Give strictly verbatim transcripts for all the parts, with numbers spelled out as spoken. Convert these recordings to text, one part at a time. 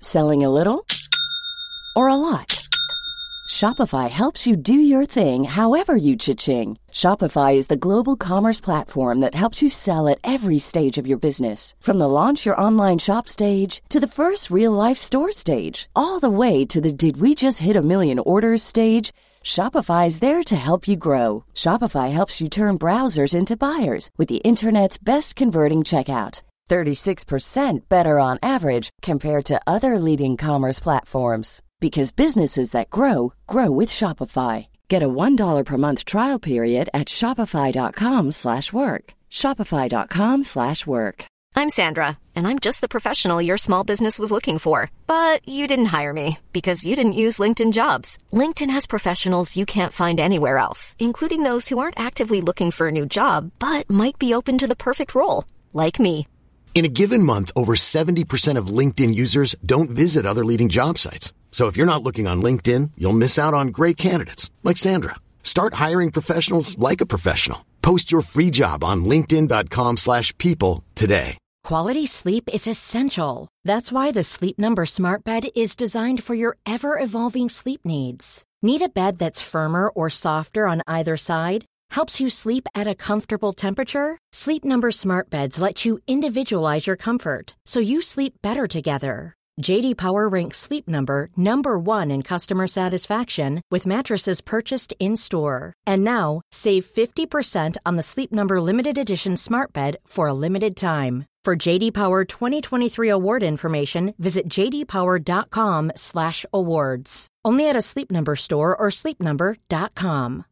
Selling a little or a lot? Shopify helps you do your thing however you cha-ching. Shopify is the global commerce platform that helps you sell at every stage of your business. From the launch your online shop stage to the first real-life store stage, all the way to the did we just hit a million orders stage. Shopify is there to help you grow. Shopify helps you turn browsers into buyers with the internet's best converting checkout. thirty-six percent better on average compared to other leading commerce platforms. Because businesses that grow, grow with Shopify. Get a one dollar per month trial period at shopify.com slash work. Shopify.com slash work. I'm Sandra, and I'm just the professional your small business was looking for. But you didn't hire me because you didn't use LinkedIn Jobs. LinkedIn has professionals you can't find anywhere else, including those who aren't actively looking for a new job, but might be open to the perfect role, like me. In a given month, over seventy percent of LinkedIn users don't visit other leading job sites. So if you're not looking on LinkedIn, you'll miss out on great candidates like Sandra. Start hiring professionals like a professional. Post your free job on linkedin.com slash people today. Quality sleep is essential. That's why the Sleep Number Smart Bed is designed for your ever-evolving sleep needs. Need a bed that's firmer or softer on either side? Helps you sleep at a comfortable temperature? Sleep Number Smart Beds let you individualize your comfort so you sleep better together. J D Power ranks Sleep Number number one in customer satisfaction with mattresses purchased in-store. And now, save fifty percent on the Sleep Number Limited Edition Smart Bed for a limited time. For J D Power twenty twenty-three award information, visit jdpower.com slash awards. Only at a Sleep Number store or sleep number dot com.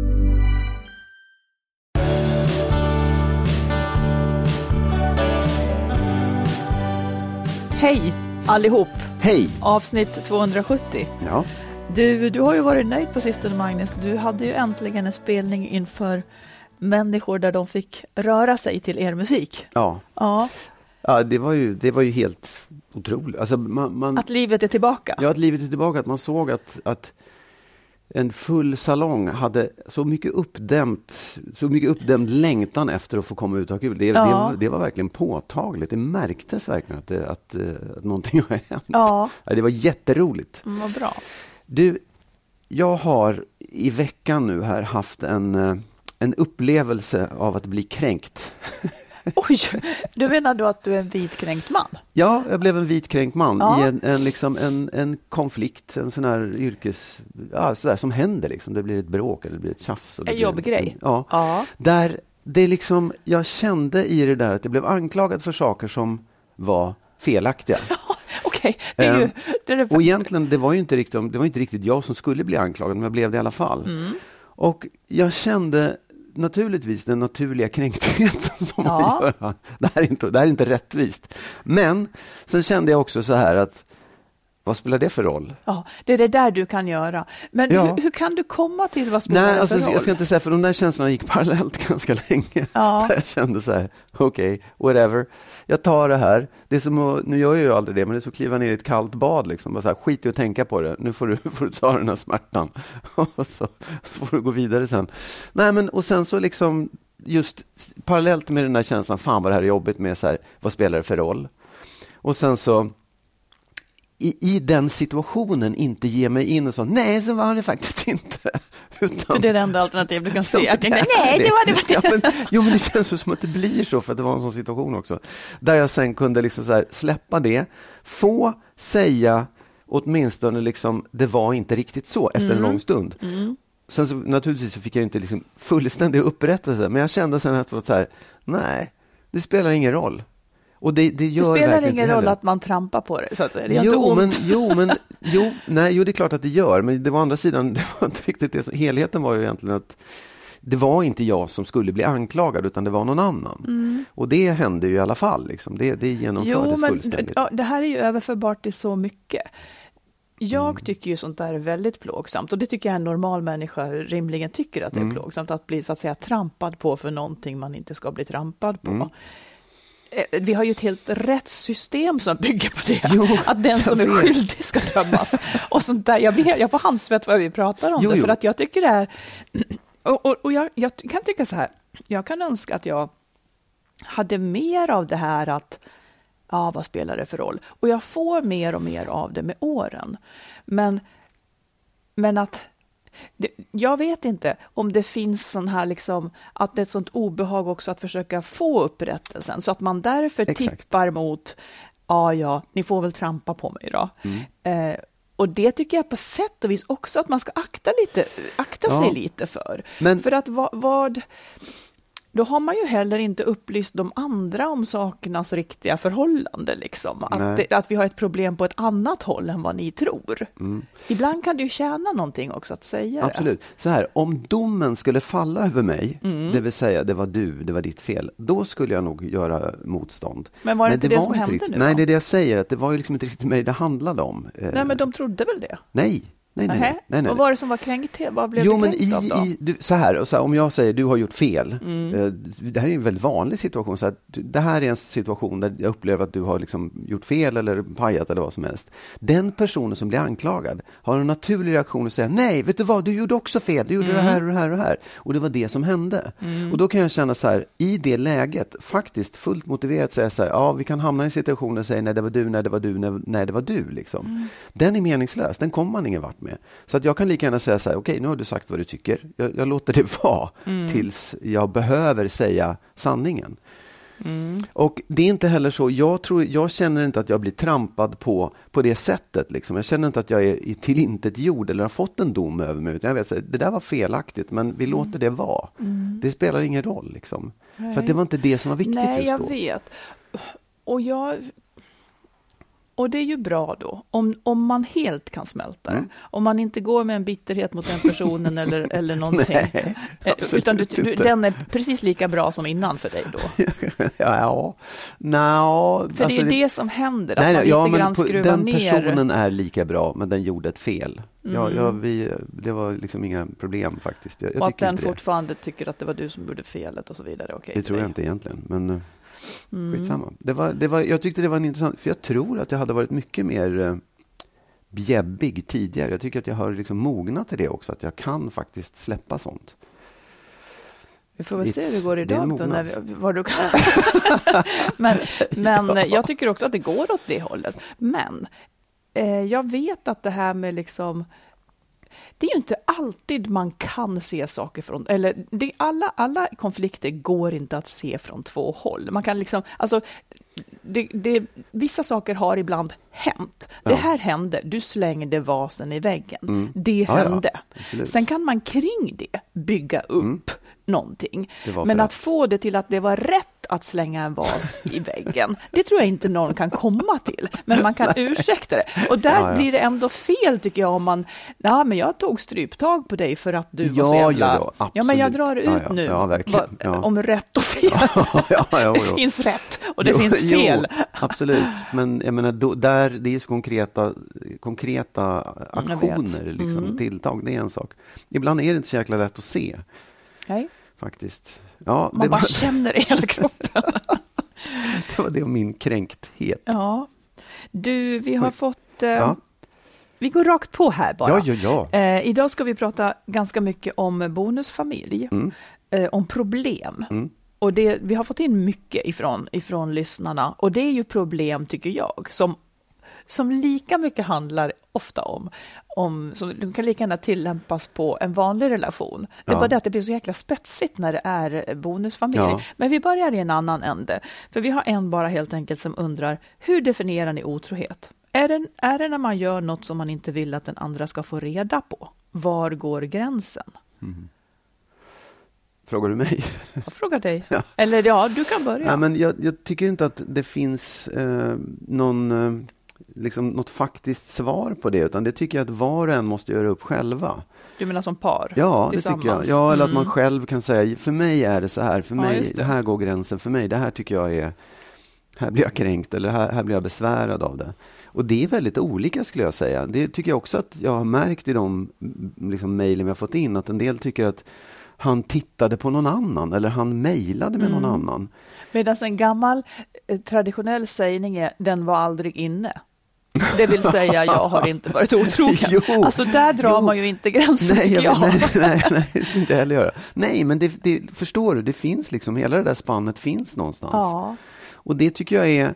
Hej allihop. Hej. Avsnitt tvåhundrasjuttio. Ja. Du, du har ju varit nöjd på sistone, Magnus. Du hade ju äntligen en spelning inför människor där de fick röra sig till er musik. Ja. Ja. Ja, det var ju, det var ju helt otroligt. Alltså man, man, att livet är tillbaka. Ja, att livet är tillbaka. Att man såg att, att en full salong hade så mycket uppdämt, så mycket uppdämd längtan efter att få komma ut och ha kul. Det, Ja. det, det var verkligen påtagligt. Det märktes verkligen att, det, att, att någonting har hänt. Ja. Ja, det var jätteroligt. Mm, vad bra. Du, jag har i veckan nu här haft en, en upplevelse av att bli kränkt. Oj, du menar då att du är en vitkränkt man? Ja, jag blev en vitkränkt man Ja. i en, en, liksom, en, en konflikt, en sån här yrkes... Ja, sådär som händer liksom. Det blir ett bråk eller det blir ett tjafs. Och det En blir jobbgrej. Ja. Ja. Där det liksom, jag kände i det där att jag blev anklagad för saker som var felaktiga. Okej, det är ju... Ehm, Det är det... Och egentligen, det var ju inte riktigt, det var inte riktigt jag som skulle bli anklagad, men jag blev det i alla fall. Mm. Och jag kände naturligtvis den naturliga kränktheten som Ja. man gör. Det här är inte, det här är inte rättvist. Men sen kände jag också så här att vad spelar det för roll? Ja, det är det där du kan göra. Men Ja. hur, hur kan du komma till vad spelar Nej, det alltså, för roll? jag ska inte säga, för de där känslorna gick parallellt ganska länge. Ja. Där jag kände så här, okej, okay, whatever. Jag tar det här. Det är som att, nu gör jag ju aldrig det, men det är så att kliva ner i ett kallt bad. Liksom. Bara så här, skit i att tänka på det. Nu får du, får du ta den här smärtan. Och så får du gå vidare sen. Nej, men och sen så liksom, just parallellt med den här känslan, fan vad det här är jobbigt med så här, vad spelar det för roll? Och sen så I, i den situationen inte ge mig in och så, nej, så var det faktiskt inte. Utan, För det är det enda alternativ du kan se. Jag tänkte, det nej, det var det. Ja, men, jo, men det känns så som att det blir så, för att det var en sån situation också. Där jag sen kunde liksom så här släppa det, få säga åtminstone liksom, det var inte riktigt så efter Mm. en lång stund. Mm. Sen så naturligtvis så fick jag inte liksom fullständig upprättelse, men jag kände sen efteråt så här, nej, det spelar ingen roll. Och det, det, gör Det spelar verkligen ingen inte roll heller. att man trampar på det, så att säga. Det gör Jo, inte ont. men, jo, men jo, nej, jo, det är klart att det gör. Men det var andra sidan, det var inte riktigt det. Som, helheten var ju egentligen att det var inte jag som skulle bli anklagad, utan det var någon annan. Mm. Och det hände ju i alla fall. Liksom. Det, det genomfördes Jo, men fullständigt. ja, det här är ju överförbart till så mycket. Jag Mm. tycker ju sånt där är väldigt plågsamt, och det tycker jag en normal människa rimligen tycker att det är Mm. plågsamt, att bli så att säga trampad på för någonting man inte ska bli trampad på. Mm. Eh, Vi har ju ett helt rättssystem som bygger på det. Jo, att den som är jag vet. skyldig ska dömas. Och sånt där. Jag, blir, jag får handsvett vad vi pratar om Jo, det. jo. För att jag tycker det är... Och, och, och jag, jag kan tycka så här. Jag kan önska att jag hade mer av det här att ja, vad spelar det för roll? Och jag får mer och mer av det med åren. Men, men att det, jag vet inte om det finns sån här liksom, att det är ett sånt obehag också att försöka få upprättelsen, så att man därför Exakt. tippar mot, ja, ja, ni får väl trampa på mig då. Mm. Eh, och det tycker jag på sätt och vis också att man ska akta, lite, akta Ja. sig lite för. Men- För att vad, vad... Då har man ju heller inte upplyst de andra om sakernas riktiga förhållande. Liksom. Att, det, att vi har ett problem på ett annat håll än vad ni tror. Mm. Ibland kan det ju tjäna någonting också att säga Absolut. Så här, om domen skulle falla över mig, Mm. det vill säga det var du, det var ditt fel, då skulle jag nog göra motstånd. Men var det inte det som hände riktigt, nu Nej, då? det är det jag säger, att det var ju liksom inte riktigt mig det handlade om. det. Nej, men de trodde väl det? Nej. Nej, nej, nej, Nähä? nej, nej. Vad var det som var kränkt? Vad blev Jo, det men kränkt i, av då? i, du, så, här, och så här, om jag säger du har gjort fel, Mm. eh, det här är en väldigt vanlig situation. Så att, det här är en situation där jag upplever att du har liksom gjort fel eller pajat eller vad som helst. Den personen som blir anklagad har en naturlig reaktion att säga nej, vet du vad, du gjorde också fel, du gjorde Mm. det här och det här och det här. Och det var det som hände. Mm. Och då kan jag känna så här, i det läget, faktiskt fullt motiverat säga så här, ja, vi kan hamna i situationen och säga nej, det var du, nej, det var du, nej, nej det var du. Liksom. Mm. Den är meningslös, den kommer man ingen vart med. Så att jag kan lika gärna säga så här, okej, nu har du sagt vad du tycker. Jag, jag låter det vara Mm. tills jag behöver säga sanningen. Mm. Och det är inte heller så, jag, tror, jag känner inte att jag blir trampad på, på det sättet. Liksom. Jag känner inte att jag är i tillintetgjord eller har fått en dom över mig. Utan jag vet att det där var felaktigt, men vi låter det vara. Mm. Det spelar ingen roll. Liksom. Nej. För att det var inte det som var viktigt Nej, just jag då. vet. Och jag... Och det är ju bra då, om, om man helt kan smälta det. Mm. Om man inte går med en bitterhet mot den personen eller, eller någonting. Nej, Eh, absolut Utan du, du, inte. den är precis lika bra som innan för dig då. ja, ja. No, För det är ju det som händer, att nej, man nej, ja, lite men grann på, skruvar den ner. personen är lika bra, men den gjorde ett fel. Mm. Ja, ja, vi, det var liksom inga problem faktiskt. Jag, jag Och att tycker den inte det. fortfarande tycker att det var du som gjorde felet och så vidare. Okej, Det tror för jag dig. inte egentligen, men eh, Mm. skitsamma. Det var, det var, jag tyckte det var en intressant, för jag tror att jag hade varit mycket mer eh, bjäbbig tidigare. Jag tycker att jag har liksom mognat till det också, att jag kan faktiskt släppa sånt. Vi får väl It's- se hur det går det är idag en då, mognad. när vi, vad du kan. men men Ja. jag tycker också att det går åt det hållet. Men eh, jag vet att det här med liksom, det är ju inte alltid man kan se saker från, eller det, alla, alla konflikter går inte att se från två håll. Man kan liksom, alltså det, det, vissa saker har ibland hänt. Det Ja. här hände, du slängde vasen i väggen. Mm. Det Ja, ja, hände. absolut. Sen kan man kring det bygga upp Mm. någonting. Det var Men för att få det till att det var rätt att slänga en vas i väggen, det tror jag inte någon kan komma till. Men man kan ursäkta det. Och där Ja, ja. blir det ändå fel, tycker jag, om man, ja, men jag tog stryptag på dig för att du Ja, var så jävla... ja, ja, ja, men jag absolut. drar ut Ja, ja. nu Ja, verkligen. vad- Ja. om rätt och fel. ja, ja, jo, det jo. finns rätt och det Jo, finns jo, fel. absolut, men jag menar, då, där, det är ju så konkreta, konkreta aktioner, vet. liksom, Mm. tilltag, det är en sak. Ibland är det inte så jäkla lätt att se, Nej, faktiskt. Ja, man det bara var, känner det i hela kroppen. det var det om min kränkthet. Ja. Du, vi har Oj. fått... Eh, Ja. Vi går rakt på här bara. Ja, ja, ja. Eh, idag ska vi prata ganska mycket om bonusfamilj, Mm. eh, om problem. Mm. Och det, vi har fått in mycket ifrån, ifrån lyssnarna, och det är ju problem, tycker jag, som, som lika mycket handlar ofta om, om som de kan lika gärna tillämpas på en vanlig relation. Det är Ja. bara det att det blir så jäkla spetsigt när det är bonusfamilj. Ja. Men vi börjar i en annan ände, för vi har en bara helt enkelt som undrar, hur definierar ni otrohet? Är det, är det när man gör något som man inte vill att den andra ska få reda på? Var går gränsen? Frågar du mig? Jag frågar dig. Ja. Eller ja, du kan börja. Ja, men jag, jag tycker inte att det finns eh, någon, eh, liksom, något faktiskt svar på det, utan det tycker jag att var och en måste göra upp själva. Du menar som par? Ja, det tillsammans? tycker jag. Ja, eller att man Mm. själv kan säga, för mig är det så här, för Ja, mig, just det. här går gränsen för mig, det här tycker jag är, här blir jag kränkt eller här, här blir jag besvärad av det. Och det är väldigt olika, skulle jag säga. Det tycker jag också att jag har märkt i de liksom, mejlen vi har fått in, att en del tycker att han tittade på någon annan eller han mejlade med Mm. någon annan. Medan en gammal eh, traditionell sägning är, den var aldrig inne. Det vill säga, jag har inte varit otrogen. Jo, Alltså där drar jo. man ju inte gränsen, Nej, tycker jag, jag. nej, nej, nej, det ska inte heller göra. Nej, men det, det, förstår du, det finns liksom, hela det där spannet finns någonstans. Ja. Och det tycker jag är,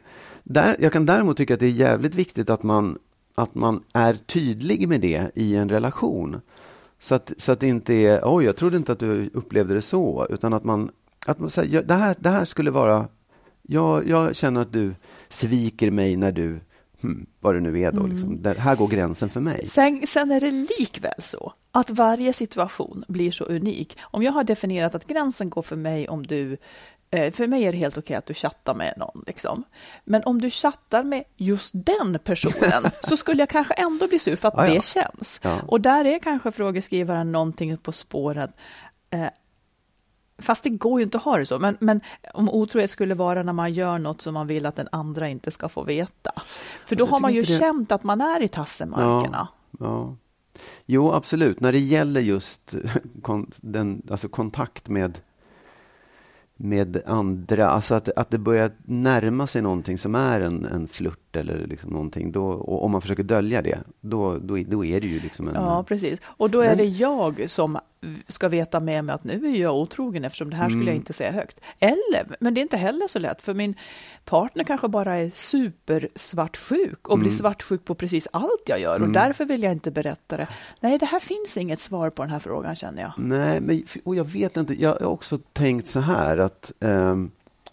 där, jag kan däremot tycka att det är jävligt viktigt att man, att man är tydlig med det i en relation. Så att, så att det inte är, oj, jag trodde inte att du upplevde det så, utan att man, att man säger, ja, det här, det här skulle vara, jag, jag känner att du sviker mig när du, hmm, vad det nu är då, mm. liksom, där, här går gränsen för mig. Sen, sen är det likväl så att varje situation blir så unik. Om jag har definierat att gränsen går för mig om du, för mig är det helt okej att du chattar med någon. Liksom. Men om du chattar med just den personen så skulle jag kanske ändå bli sur för att ah, ja. det känns. Ja. Och där är kanske frågeskrivaren någonting på spåret. Eh, fast det går ju inte att ha det så. Men, men om otrohet skulle vara när man gör något som man vill att den andra inte ska få veta. För då alltså, har man ju det... känt att man är i tassemarkerna. Ja, ja. Jo, absolut. När det gäller just kon- den, alltså kontakt med med andra, alltså att, att det börjar närma sig någonting som är en, en flört eller liksom någonting, då, och om man försöker dölja det, då, då, då är det ju liksom en... Ja, precis. Och då är men... det jag som ska veta med mig att nu är jag otrogen eftersom det här skulle jag inte säga högt. Eller, men det är inte heller så lätt, för min partner kanske bara är super svartsjuk och mm. blir svartsjuk på precis allt jag gör och mm. därför vill jag inte berätta det. Nej, det här finns inget svar på den här frågan, känner jag. Nej, men och jag vet inte, jag har också tänkt så här att um,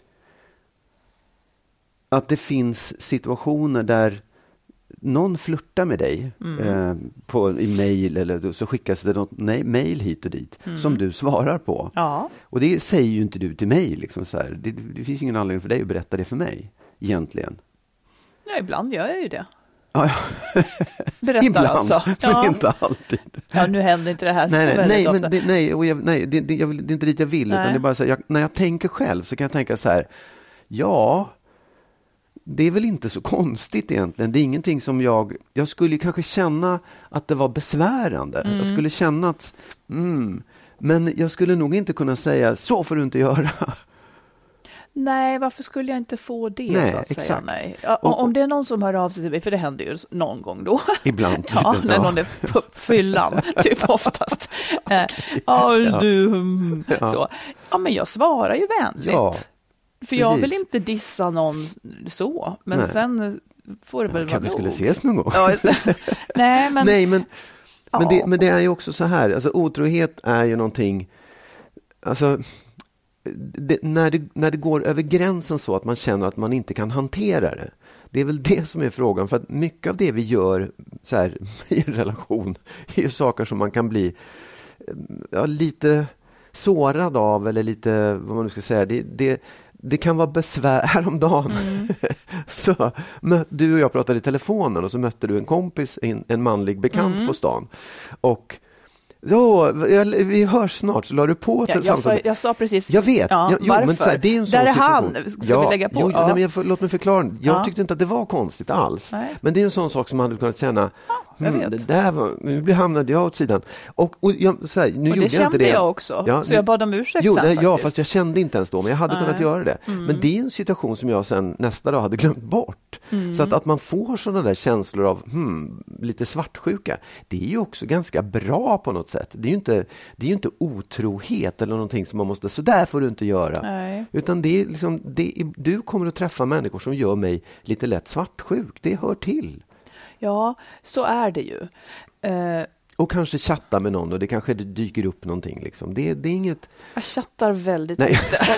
att det finns situationer där någon flirtar med dig mm. eh, på, i mejl eller så skickas det något nej, mejl hit och dit mm. som du svarar på. Ja. Och det säger ju inte du till mig. Liksom, så här. Det, det finns ingen anledning för dig att berätta det för mig, egentligen. Ja, ibland gör jag ju det. Ja, ja. Berättar ibland, alltså. men ja. inte alltid. Ja, nu händer inte det här så nej, nej, väldigt nej, ofta. Men det, nej, och jag, nej det, det, jag, det är inte dit jag vill. Utan det är bara så här, jag, när jag tänker själv så kan jag tänka så här, ja... Det är väl inte så konstigt egentligen. Det är ingenting som jag... Jag skulle kanske känna att det var besvärande. Mm. Jag skulle känna att... Mm, men jag skulle nog inte kunna säga, så får du inte göra. Nej, varför skulle jag inte få det? Nej, så att exakt. säga nej. Ja, och, om det är någon som hör av sig till mig, för det händer ju någon gång då. Ibland. ja, när ja. någon är på fyllan, typ oftast. Eh, ja, du... Mm, ja. Så. Ja, men jag svarar ju vänligt. Ja. För jag vill inte dissa någon så, men nej. Sen får det väl vara nog. Kanske skulle ses någon gång. Ja, just det. Nej, men, Nej, men, ja. men, det, men det är ju också så här, alltså otrohet är ju någonting, alltså det, när, det, när det går över gränsen så att man känner att man inte kan hantera det. Det är väl det som är frågan, för att mycket av det vi gör så här, i en relation är ju saker som man kan bli ja, lite sårad av, eller lite, vad man nu ska säga, det, det, det kan vara besvär. Häromdagen mm. så mö, du och jag pratade i telefonen och så mötte du en kompis, en, en manlig bekant mm. på stan, och ja, vi hörs snart, så la du på ja, jag, sa, jag sa precis. Jag vet. Ja, jag, jo, varför? Men så här, det är en sån Där är situation. han. Ska ja, vi lägga på? Jo, ja. nej, men jag, låt mig förklara. Jag ja. tyckte inte att det var konstigt alls. Nej. Men det är en sån sak som man hade kunnat känna. Ja, mm, det där var, nu hamnade jag åt sidan. Och, och, jag, så här, nu och gjorde det jag inte det. kände jag också. Ja, så jag bad om ursäkt jo, sen nej, faktiskt. Ja, fast jag kände inte ens då. Men jag hade nej. kunnat göra det. Mm. Men det är en situation som jag sen nästa dag hade glömt bort. Mm. Så att, att man får sådana där känslor av hmm, lite svartsjuka. Det är ju också ganska bra på något sätt. Det är ju inte, det är ju inte otrohet eller någonting som man måste, så där får du inte göra. Nej. Utan det är liksom, det är, du kommer att träffa människor som gör mig lite lätt svartsjuk. Det hör till. Ja, så är det ju. Uh... Och kanske chatta med någon och det kanske dyker upp någonting. Liksom. Det, det är inget... Jag chattar väldigt Nej.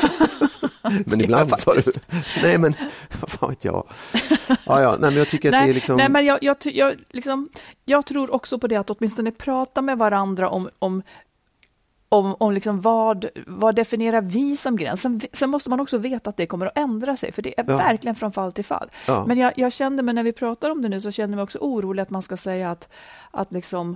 lite. Men ibland sa du... Nej, men vad fan vet jag. Ja, ja, nej, men jag tycker att nej, det är liksom... Nej, men jag, jag, jag, liksom, jag tror också på det att åtminstone prata med varandra om... om Om, om liksom vad, vad definierar vi som gräns. Sen, sen måste man också veta att det kommer att ändra sig. För det är ja. verkligen från fall till fall. Ja. Men jag, jag kände mig, när vi pratar om det nu, så kände jag mig också orolig att man ska säga att, att liksom...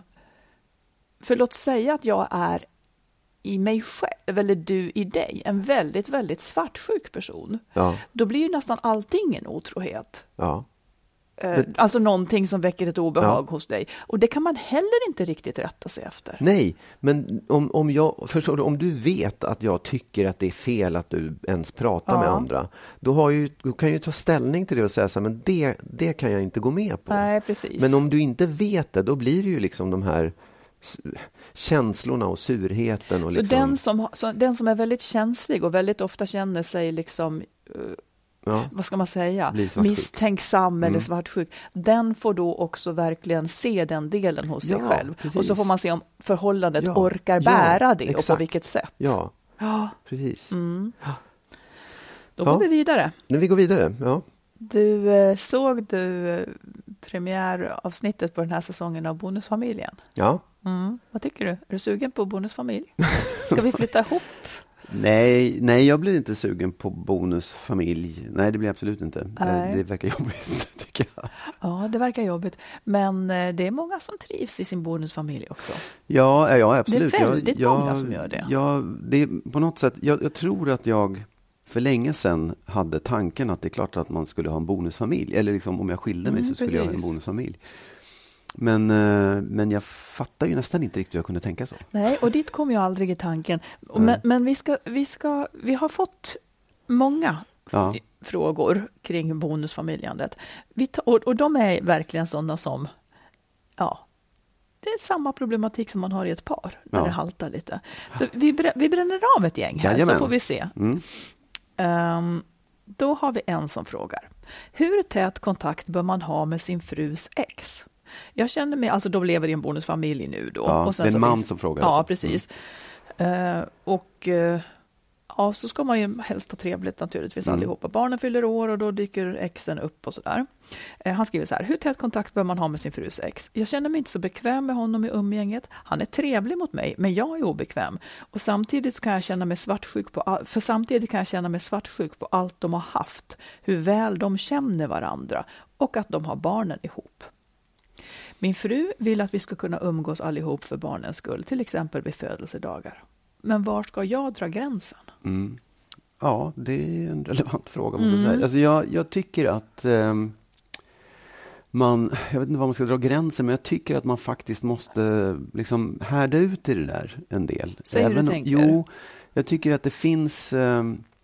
För låt säga att jag är i mig själv, eller du i dig, en väldigt, väldigt svartsjuk person. Ja. Då blir ju nästan allting en otrohet. Ja. Alltså någonting som väcker ett obehag ja. hos dig. Och det kan man heller inte riktigt rätta sig efter. Nej, men om, om, jag, förstår du, om du vet att jag tycker att det är fel att du ens pratar ja. med andra, då, har ju, då kan jag ju ta ställning till det och säga så här, men det, det kan jag inte gå med på. Nej, precis. Men om du inte vet det, då blir det ju liksom de här känslorna och surheten. Och så, liksom... den, som, så den som är väldigt känslig och väldigt ofta känner sig liksom... Uh, ja. vad ska man säga, misstänksam mm. eller svartsjuk, den får då också verkligen se den delen hos sig ja, själv. Precis. Och så får man se om förhållandet ja. orkar bära ja, det exakt. och på vilket sätt. Ja, ja. precis. Mm. Ja. Då går ja. vi vidare. Nu vi går vidare, ja. Du, eh, såg du eh, premiäravsnittet på den här säsongen av Bonusfamiljen? Ja. Mm. Vad tycker du? Är du sugen på Bonusfamilj? Ska vi flytta ihop? Nej, nej, jag blir inte sugen på Bonusfamilj. Nej, det blir absolut inte. Nej. Det verkar jobbigt, tycker jag. Ja, det verkar jobbigt. Men eh, det är många som trivs i sin bonusfamilj också. Ja, ja absolut. Det är väldigt jag, många jag, som gör det. Ja, det är på något sätt, jag, jag tror att jag för länge sedan hade tanken att det är klart att man skulle ha en bonusfamilj. Eller liksom, om jag skilde mig mm, så skulle precis. jag ha en bonusfamilj. Men, men jag fattar ju nästan inte riktigt hur jag kunde tänka så. Nej, och dit kom jag aldrig i tanken. Men, men vi, ska, vi, ska, vi har fått många ja. frågor kring bonusfamiljandet. Vi tar, och, och de är verkligen sådana som, ja, det är samma problematik som man har i ett par. När ja. det haltar lite. Så vi, brä, vi bränner av ett gäng här, Jajamän. så får vi se. Mm. Um, då har vi en som frågar. Hur tät kontakt bör man ha med sin frus ex? Jag känner mig, alltså de lever i en bonusfamilj nu då. Ja, och sen det är en så man finns, som frågar. Ja, alltså. precis. Mm. Uh, och uh, ja, så ska man ju helst ha trevligt naturligtvis mm. allihopa. Barnen fyller år och då dyker exen upp och sådär. Uh, han skriver så här. Hur tät kontakt bör man ha med sin frus ex? Jag känner mig inte så bekväm med honom i umgänget. Han är trevlig mot mig, men jag är obekväm. Och samtidigt kan jag känna mig svartsjuk på all, för samtidigt kan jag känna mig svartsjuk på allt de har haft. Hur väl de känner varandra och att de har barnen ihop. Min fru vill att vi ska kunna umgås allihop för barnens skull, till exempel vid födelsedagar. Men var ska jag dra gränsen? Mm. Ja, det är en relevant fråga. Måste Mm. jag säga. Alltså jag, jag tycker att eh, man, jag vet inte var man ska dra gränsen, men jag tycker att man faktiskt måste liksom härda ut i det där en del. Säg hur du tänker. Jo, jag tycker att det finns eh,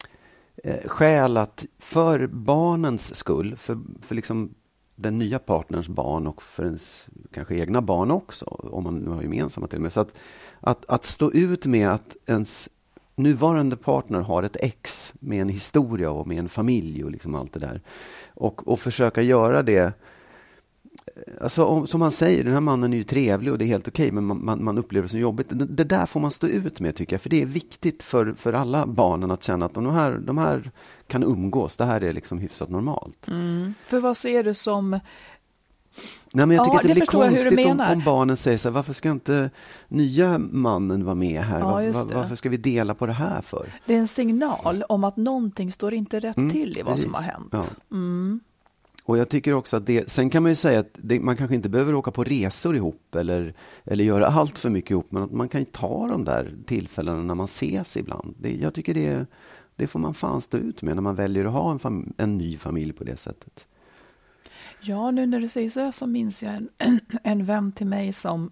skäl att för barnens skull, för, för liksom den nya partners barn och för ens kanske egna barn också, om man nu har gemensamma till och med. Så att, att, att stå ut med att ens nuvarande partner har ett ex med en historia och med en familj och liksom allt det där. Och, och försöka göra det, alltså om, som man säger, den här mannen är ju trevlig och det är helt okej, men man, man, man upplever det som jobbigt. Det, det där får man stå ut med, tycker jag, för det är viktigt för, för alla barnen att känna att de här, de här kan umgås, det här är liksom hyfsat normalt. Mm. För vad ser du som... Nej, men jag tycker ja, att det blir konstigt om, om om barnen säger så här, varför ska inte nya mannen vara med här? Ja, varför, varför ska vi dela på det här för? Det är en signal om att någonting står inte rätt mm, till i vad precis. som har hänt. Ja. Mm. Och jag tycker också att det, sen kan man ju säga att det, man kanske inte behöver åka på resor ihop eller, eller göra allt för mycket ihop, men att man kan ju ta de där tillfällena när man ses ibland. Det, jag tycker det, det får man fan stå ut med när man väljer att ha en, fam, en ny familj på det sättet. Ja, nu när du säger så här så minns jag en, en, en vän till mig som,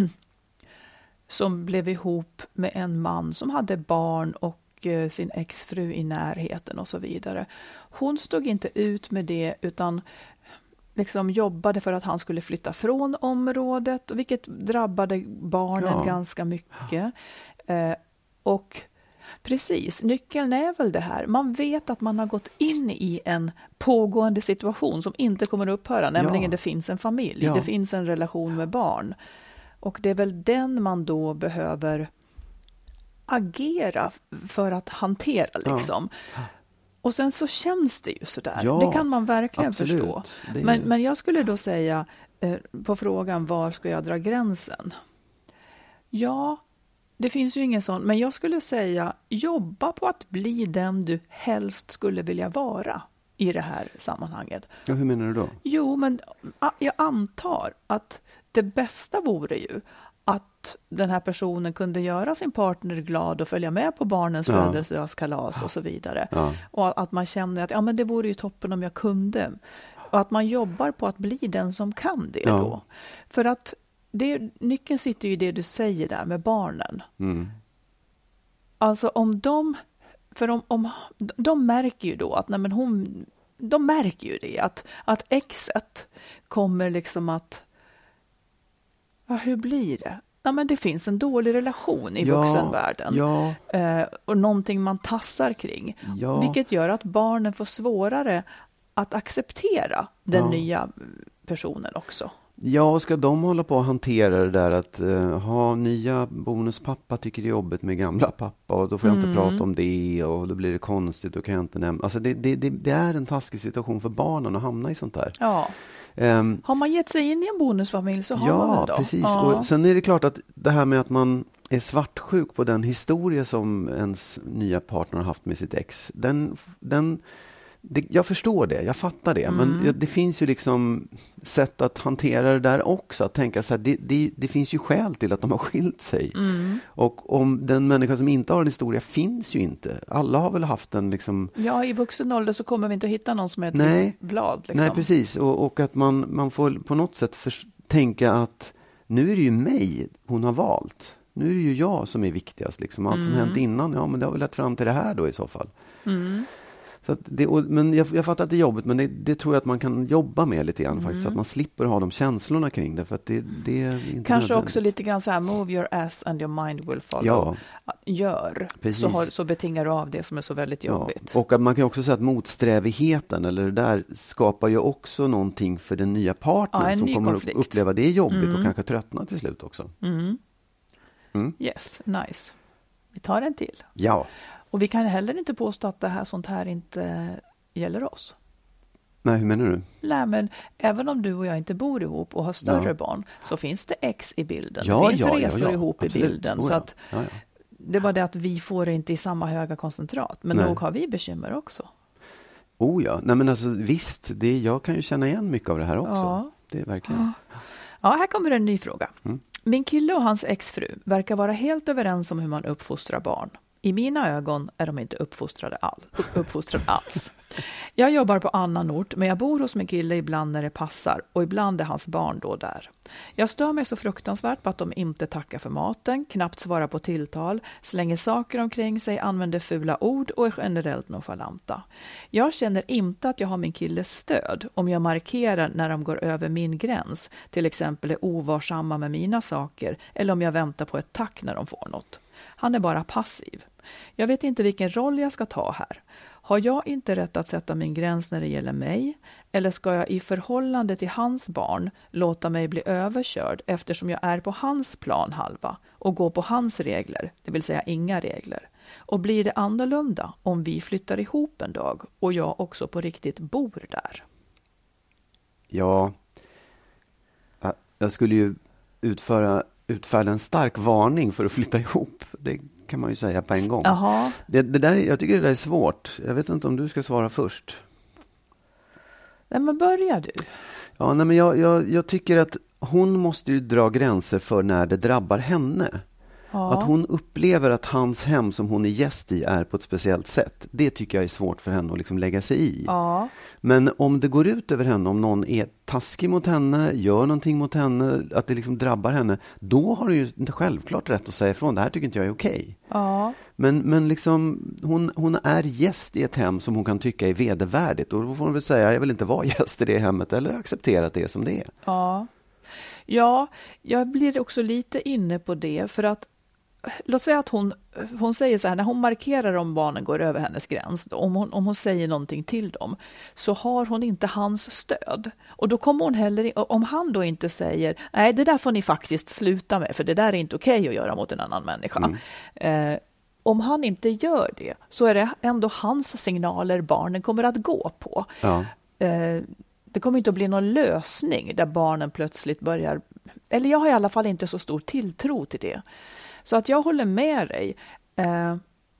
som blev ihop med en man som hade barn och eh, sin exfru i närheten och så vidare. Hon stod inte ut med det utan liksom jobbade för att han skulle flytta från området, vilket drabbade barnen ja. ganska mycket. Eh, och precis, nyckeln är väl det här. Man vet att man har gått in i en pågående situation som inte kommer att upphöra, nämligen ja. det finns en familj, ja. det finns en relation med barn. Och det är väl den man då behöver agera för att hantera liksom. Ja. Och sen så känns det ju sådär. Ja, det kan man verkligen absolut. förstå. Är... Men, men jag skulle då säga eh, på frågan, var ska jag dra gränsen? Ja, det finns ju ingen sån, men jag skulle säga jobba på att bli den du helst skulle vilja vara i det här sammanhanget. Ja, hur menar du då? Jo, men jag antar att det bästa vore ju att den här personen kunde göra sin partner glad och följa med på barnens ja. födelsedagskalas och så vidare. Ja. Och att man känner att ja, men det vore ju toppen om jag kunde. Och att man jobbar på att bli den som kan det ja. då. För att det, nyckeln sitter ju i det du säger där med barnen. Mm. Alltså om de, för om, om de märker ju då att nej men hon, de märker ju det att, att exet kommer liksom att, ja, hur blir det? ja, men det finns en dålig relation i ja, vuxenvärlden. Ja. Eh, och någonting man tassar kring. Ja. Vilket gör att barnen får svårare att acceptera den Ja. nya personen också. Ja, och ska de hålla på och hantera det där att uh, ha nya bonuspappa tycker det är jobbigt med gamla pappa och då får jag Mm. inte prata om det och då blir det konstigt och kan jag inte nämna. Alltså det, det, det, det är en taskig situation för barnen att hamna i sånt där. Ja. Um, Har man gett sig in i en bonusfamilj så har ja, man det då. precis. Ja. Och sen är det klart att det här med att man är svartsjuk på den historia som ens nya partner har haft med sitt ex. Den, den, det, jag förstår det, jag fattar det. Mm. Men det finns ju liksom sätt att hantera det där också. Att tänka så här, det, det, det finns ju skäl till att de har skilt sig. Mm. Och om den människa som inte har en historia finns ju inte. Alla har väl haft en liksom... Ja, i vuxen ålder så kommer vi inte hitta någon som är ett Nej. blad. Liksom. Nej, precis. Och, och att man, man får på något sätt för, tänka att nu är det ju mig hon har valt. Nu är det ju jag som är viktigast. Liksom. Allt som Mm. hänt innan, ja men det har väl lett fram till det här då i så fall. Mm. Så att det, och, men jag, jag fattar att det är jobbigt, men det, det tror jag att man kan jobba med lite grann Mm. faktiskt. Så att man slipper ha de känslorna kring det. För att det, det är inte Kanske nödvändigt. också lite grann så här, move your ass and your mind will follow. Ja. Gör, Precis. så, har, så betingar du av det som är så väldigt jobbigt. Ja. Och att man kan också säga att motsträvigheten eller det där skapar ju också någonting för den nya partnern Ja, en som ny kommer konflikt. att uppleva det jobbigt Mm. och kanske tröttna till slut också. Mm. Mm. Yes, nice. Vi tar en till. Ja. Och vi kan heller inte påstå att det här sånt här inte gäller oss. Nej, hur menar du? Nej, men även om du och jag inte bor ihop och har större Ja. barn så finns det ex i bilden. Ja, det finns ja, ja, resor ja, ihop absolut. i bilden. Oh, Så ja. att Ja, ja. det är bara det att vi får det inte i samma höga koncentrat. Men Nej. nog har vi bekymmer också. Oh ja, nej men alltså visst, det, jag kan ju känna igen mycket av det här också. Ja. Det är verkligen. Ja, här kommer en ny fråga. Mm. Min kille och hans exfru verkar vara helt överens om hur man uppfostrar barn. I mina ögon är de inte uppfostrade, all, uppfostrade alls. Jag jobbar på annan ort, men jag bor hos min kille ibland när det passar och ibland är hans barn då där. Jag stör mig så fruktansvärt på att de inte tackar för maten, knappt svarar på tilltal, slänger saker omkring sig, använder fula ord och är generellt nonchalanta. Jag känner inte att jag har min killes stöd om jag markerar när de går över min gräns, till exempel är ovarsamma med mina saker eller om jag väntar på ett tack när de får något. Han är bara passiv. Jag vet inte vilken roll jag ska ta här. Har jag inte rätt att sätta min gräns när det gäller mig? Eller ska jag i förhållande till hans barn låta mig bli överkörd eftersom jag är på hans plan halva och gå på hans regler, det vill säga inga regler? Och blir det annorlunda om vi flyttar ihop en dag och jag också på riktigt bor där? Ja, jag skulle ju utföra, utfärda en stark varning för att flytta ihop. Det kan man ju säga på en gång. Jaha. Det, det där, jag tycker det där är svårt. Jag vet inte om du ska svara först. Nej, men börjar du? Ja, nej, men jag, jag, jag tycker att hon måste ju dra gränser för när det drabbar henne. Ja. Att hon upplever att hans hem som hon är gäst i är på ett speciellt sätt. Det tycker jag är svårt för henne att liksom lägga sig i. Ja. Men om det går ut över henne, om någon är taskig mot henne, gör någonting mot henne, att det liksom drabbar henne, då har du ju inte självklart rätt att säga ifrån. Det här tycker inte jag är okej. Ja. Men, men liksom, hon, hon är gäst i ett hem som hon kan tycka är vedervärdigt. Och då får hon väl säga, jag vill inte vara gäst i det hemmet eller acceptera att det är som det är. Ja. Ja, jag blir också lite inne på det för att låt säga att hon, hon säger så här, när hon markerar om barnen går över hennes gräns, då, om, hon, om hon säger någonting till dem, så har hon inte hans stöd. Och då kommer hon heller, om han då inte säger, nej det där får ni faktiskt sluta med, för det där är inte okej att göra mot en annan människa. Mm. Eh, om han inte gör det, så är det ändå hans signaler barnen kommer att gå på. Ja. Eh, det kommer inte att bli någon lösning där barnen plötsligt börjar, eller jag har i alla fall inte så stor tilltro till det. Så att jag håller med dig. Eh,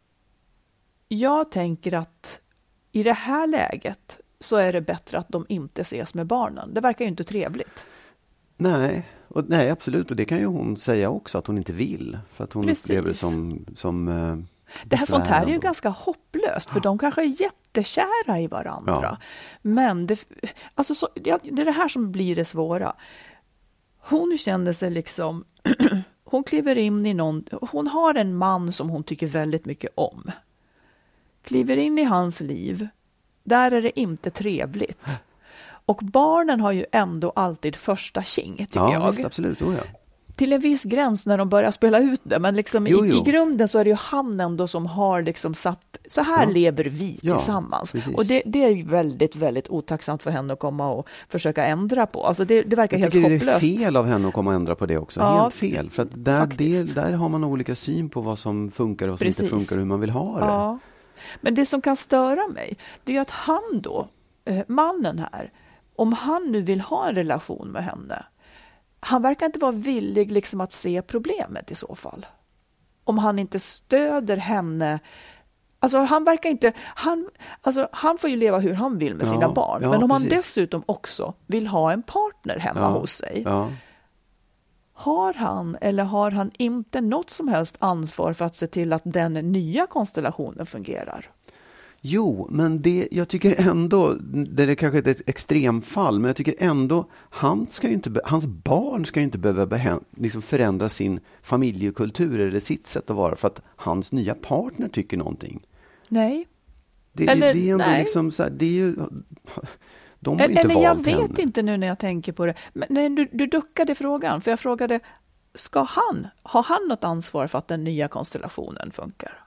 jag tänker att i det här läget så är det bättre att de inte ses med barnen. Det verkar ju inte trevligt. Nej, och, nej absolut. Och det kan ju hon säga också att hon inte vill. För att hon Precis. upplever det som, som eh, det här sånt här är ju besvärande. ganska hopplöst. För de kanske är jättekära i varandra. Ja. Men det, alltså så, det, det är det här som blir det svåra. Hon känner sig liksom... Hon kliver in i någon... Hon har en man som hon tycker väldigt mycket om. Kliver in i hans liv. Där är det inte trevligt. Och barnen har ju ändå alltid första king, tycker ja, jag. Visst, absolut. Oh, ja. till en viss gräns när de börjar spela ut det, men liksom jo, jo. I, i grunden så är det ju han ändå som har liksom satt, så här ja. lever vi ja, tillsammans. Precis. Och det, det är väldigt, väldigt otacksamt för henne att komma och försöka ändra på. Alltså det, det verkar helt hopplöst. Jag tycker det är fel av henne att komma och ändra på det också. Ja, helt fel. För att där, det, där har man olika syn på vad som funkar och vad som precis. inte funkar och hur man vill ha det. Ja. Men det som kan störa mig, det är att han då, mannen här, om han nu vill ha en relation med henne, han verkar inte vara villig liksom att se problemet i så fall. Om han inte stöder henne. Alltså han verkar inte, han, alltså han får ju leva hur han vill med ja, sina barn. ja, men om precis. han dessutom också vill ha en partner hemma ja, hos sig. Ja. Har han eller har han inte något som helst ansvar för att se till att den nya konstellationen fungerar? Jo, men det, jag tycker ändå, det är kanske ett extremfall, men jag tycker ändå, han ska ju inte, hans barn ska ju inte behöva behän, liksom förändra sin familjekultur eller sitt sätt att vara för att hans nya partner tycker någonting. Nej. Det, eller, det är ändå nej. liksom så här, det är ju... De har eller inte eller jag valt vet henne. inte nu när jag tänker på det. Men nej, du, du duckade frågan, för jag frågade, ska han, har han något ansvar för att den nya konstellationen funkar?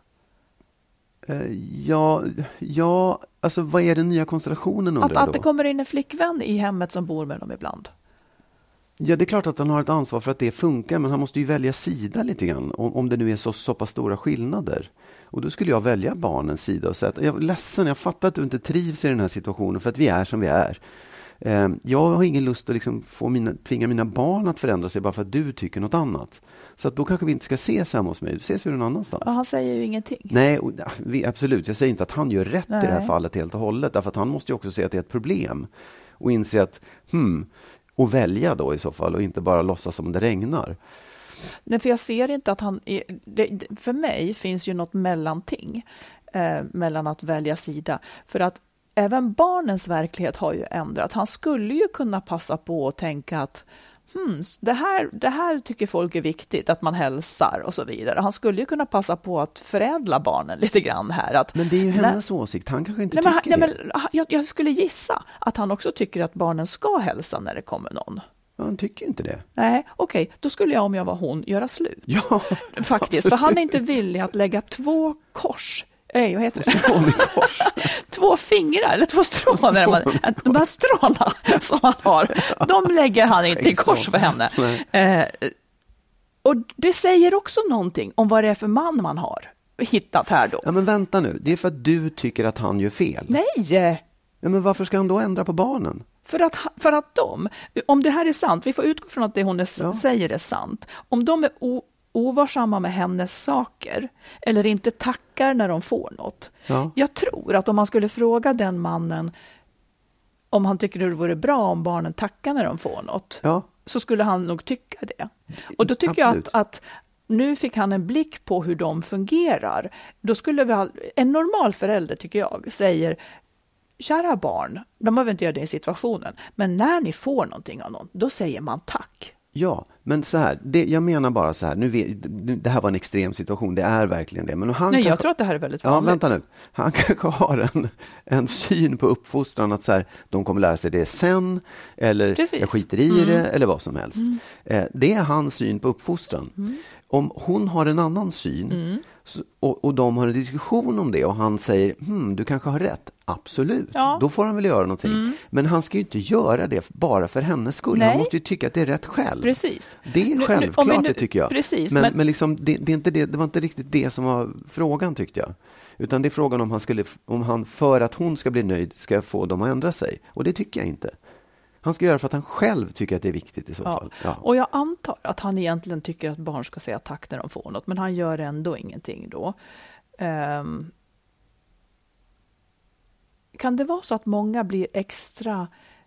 Ja, ja, alltså vad är den nya konstellationen undrar Att, jag att det kommer in en flickvän i hemmet som bor med dem ibland. Ja, det är klart att han har ett ansvar för att det funkar, men han måste ju välja sida lite grann, om, om det nu är så, så pass stora skillnader. Och då skulle jag välja barnens sida och säga att jag är ledsen, jag fattar att du inte trivs i den här situationen för att vi är som vi är. Eh, jag har ingen lust att liksom få mina, tvinga mina barn att förändra sig bara för att du tycker något annat. Så att då kanske vi inte ska ses hemma hos mig, då ses vi någon annanstans. Ja, han säger ju ingenting. Nej, och, vi, absolut. Jag säger inte att han gör rätt Nej. i det här fallet helt och hållet, därför att han måste ju också se att det är ett problem och inse att, hmm, och välja då i så fall och inte bara låtsas som det regnar. Nej, för jag ser inte att han är, det, för mig finns ju något mellanting eh, mellan att välja sida, för att även barnens verklighet har ju ändrat. Han skulle ju kunna passa på att tänka att hmm, det, här, det här tycker folk är viktigt, att man hälsar och så vidare. Han skulle ju kunna passa på att förädla barnen lite grann här. Att, men det är ju hennes nej, åsikt, han kanske inte nej, tycker men, det. Nej, men, jag, jag skulle gissa att han också tycker att barnen ska hälsa när det kommer någon. Ja, han tycker inte det. Nej, okej, okay, då skulle jag om jag var hon göra slut. Ja, faktiskt, absolut. för han är inte villig att lägga två kors. Nej, vad heter det? Två fingrar eller två strån. De här stråna som han har, de lägger han inte i kors för henne. Eh, och det säger också någonting om vad det är för man man har hittat här då. Ja, men vänta nu. Det är för att du tycker att han gör fel. Nej! Ja, men varför ska han då ändra på barnen? För att, för att de, om det här är sant, vi får utgå från att det hon är, ja. säger är sant. Om de är o, ovarsamma med hennes saker eller inte tackar när de får något. Ja. Jag tror att om man skulle fråga den mannen om han tycker det vore bra om barnen tackar när de får något, ja. så skulle han nog tycka det. Och då tycker Absolut. jag att, att nu fick han en blick på hur de fungerar. Då skulle vi ha, en normal förälder tycker jag säger, kära barn, de behöver inte göra det i situationen, men när ni får någonting av någon, då säger man tack. Ja, men så här, det, jag menar bara så här, nu, vet, det här var en extrem situation, det är verkligen det. Men han Nej, kanske, jag tror att det här är väldigt vanligt. Ja, vänta nu. Han kanske har en, en syn på uppfostran att så här, de kommer lära sig det sen, eller Precis. jag skiter i mm. det, eller vad som helst. Mm. Eh, det är hans syn på uppfostran. Mm. Om hon har en annan syn, mm. så, och, och de har en diskussion om det och han säger, hmm, du kanske har rätt. Absolut, ja. Då får han väl göra någonting. Mm. Men han ska ju inte göra det bara för hennes skull. Nej. Han måste ju tycka att det är rätt själv. Precis. Det är nu, självklart, nu, nu, det tycker jag. Precis, men men, men liksom, det, det, är inte det, det var inte riktigt det som var frågan, tyckte jag. Utan det är frågan om han, skulle, om han för att hon ska bli nöjd ska få dem att ändra sig. Och det tycker jag inte. Han ska göra för att han själv tycker att det är viktigt i så ja. fall. Ja. Och jag antar att han egentligen tycker att barn ska säga tack när de får något. Men han gör ändå ingenting då. Um, kan det vara så att många blir extra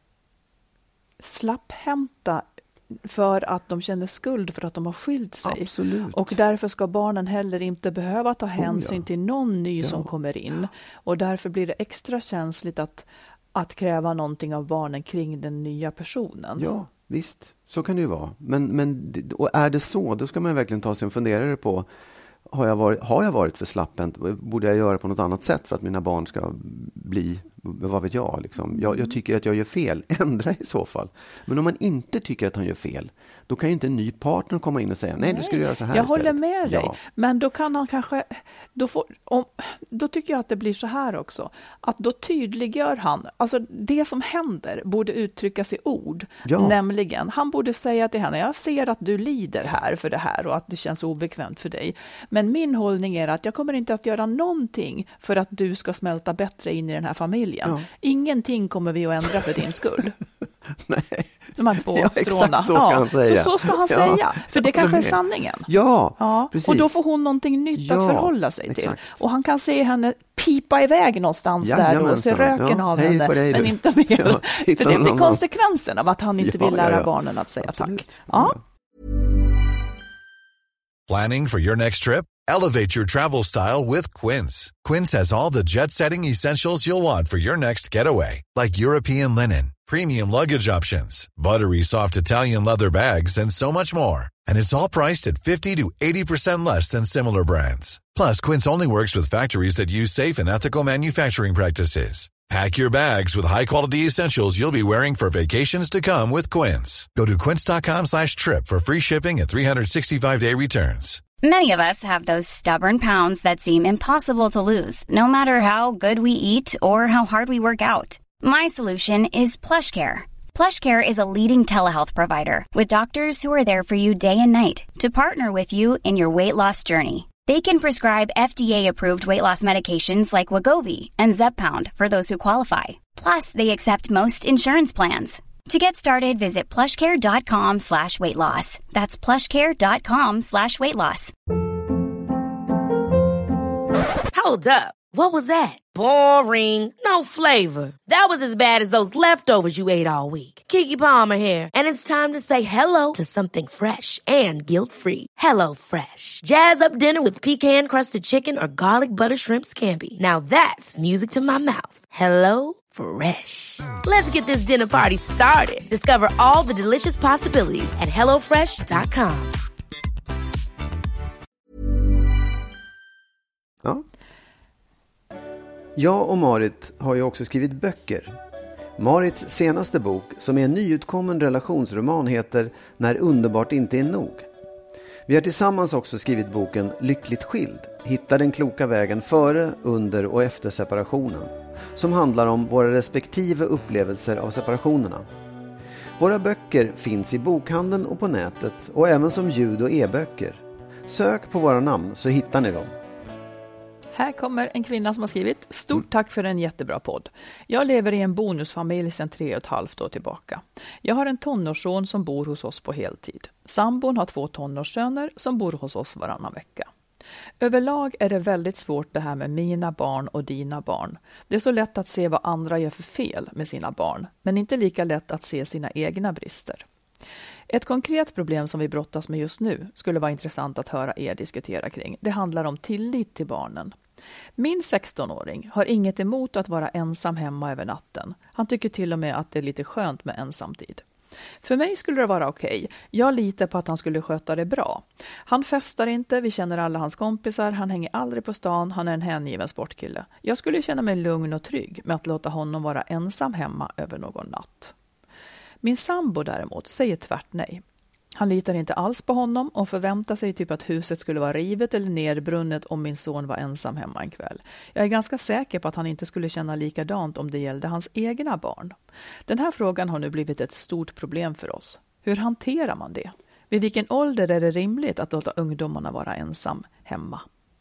slapphänta för att de känner skuld för att de har skilt sig? Absolut. Och därför ska barnen heller inte behöva ta hänsyn oh, ja. till någon ny ja. som kommer in. Och därför blir det extra känsligt att, att kräva någonting av barnen kring den nya personen. Ja, visst. Så kan det ju vara. Men, men och är det så, då ska man verkligen ta sig en funderare på, har jag varit, har jag varit för slapphänt? Borde jag göra på något annat sätt för att mina barn ska bli vad vet jag, liksom. jag, jag tycker att jag gör fel, ändra i så fall. Men om man inte tycker att han gör fel, då kan ju inte en ny partner komma in och säga, nej, nej. du ska göra så här Jag istället. håller med dig, ja. men då kan han kanske, då, får, om, då tycker jag att det blir så här också, att då tydliggör han, alltså det som händer borde uttryckas i ord, ja. nämligen, han borde säga till henne, jag ser att du lider här för det här och att det känns obekvämt för dig, men min hållning är att jag kommer inte att göra någonting för att du ska smälta bättre in i den här familjen. Ja. Ingenting kommer vi att ändra för din skull. Nej. De här två ja, stråna. Så ska ja, han säga. Så, så ska han ja, säga. För det kanske är sanningen. Ja, ja. precis. Och då får hon någonting nytt ja, att förhålla sig exakt. till. Och han kan se henne pipa iväg någonstans ja, där och se röken ja, av henne. Dig, men inte mer. Ja, för det blir konsekvensen av att han inte ja, vill lära ja, ja. barnen att säga Absolut. tack. Ja. Planning for your next trip? Elevate your travel style with Quince. Quince has all the jet-setting essentials you'll want for your next getaway, like European linen, premium luggage options, buttery soft Italian leather bags, and so much more. And it's all priced at fifty to eighty percent less than similar brands. Plus, Quince only works with factories that use safe and ethical manufacturing practices. Pack your bags with high-quality essentials you'll be wearing for vacations to come with Quince. Go to quince.com slash trip for free shipping and three sixty-five day returns. Many of us have those stubborn pounds that seem impossible to lose, no matter how good we eat or how hard we work out. My solution is PlushCare. PlushCare is a leading telehealth provider with doctors who are there for you day and night to partner with you in your weight loss journey. They can prescribe F D A-approved weight loss medications like Wegovy and Zepbound for those who qualify. Plus, they accept most insurance plans. To get started, visit plushcare.com slash weight loss. That's plushcare.com slash weight loss. Hold up. What was that? Boring. No flavor. That was as bad as those leftovers you ate all week. Keke Palmer here. And it's time to say hello to something fresh and guilt-free. Hello Fresh. Jazz up dinner with pecan-crusted chicken or garlic butter shrimp scampi. Now that's music to my mouth. Hello Fresh. Let's get this dinner party started. Discover all the delicious possibilities at hello fresh dot com. Ja. Jag och Marit har ju också skrivit böcker. Marits senaste bok, som är en nyutkommen relationsroman, heter När underbart inte är nog. Vi har tillsammans också skrivit boken Lyckligt skild. Hitta den kloka vägen före, under och efter separationen, som handlar om våra respektive upplevelser av separationerna. Våra böcker finns i bokhandeln och på nätet och även som ljud- och e-böcker. Sök på våra namn så hittar ni dem. Här kommer en kvinna som har skrivit: Stort tack för en jättebra podd. Jag lever i en bonusfamilj sedan tre och ett halvt år tillbaka. Jag har en tonårsson som bor hos oss på heltid. Sambon har två tonårssöner som bor hos oss varannan vecka. Överlag är det väldigt svårt det här med mina barn och dina barn. Det är så lätt att se vad andra gör för fel med sina barn, men inte lika lätt att se sina egna brister. Ett konkret problem som vi brottas med just nu skulle vara intressant att höra er diskutera kring. Det handlar om tillit till barnen. Min sextonåring har inget emot att vara ensam hemma över natten. Han tycker till och med att det är lite skönt med ensamtid. För mig skulle det vara okej. Jag litar på att han skulle sköta det bra. Han festar inte, vi känner alla hans kompisar, han hänger aldrig på stan, han är en hängiven sportkille. Jag skulle känna mig lugn och trygg med att låta honom vara ensam hemma över någon natt. Min sambo däremot säger tvärt nej. Han litar inte alls på honom och förväntar sig typ att huset skulle vara rivet eller nedbrunnet om min son var ensam hemma en kväll. Jag är ganska säker på att han inte skulle känna likadant om det gällde hans egna barn. Den här frågan har nu blivit ett stort problem för oss. Hur hanterar man det? Vid vilken ålder är det rimligt att låta ungdomarna vara ensam hemma?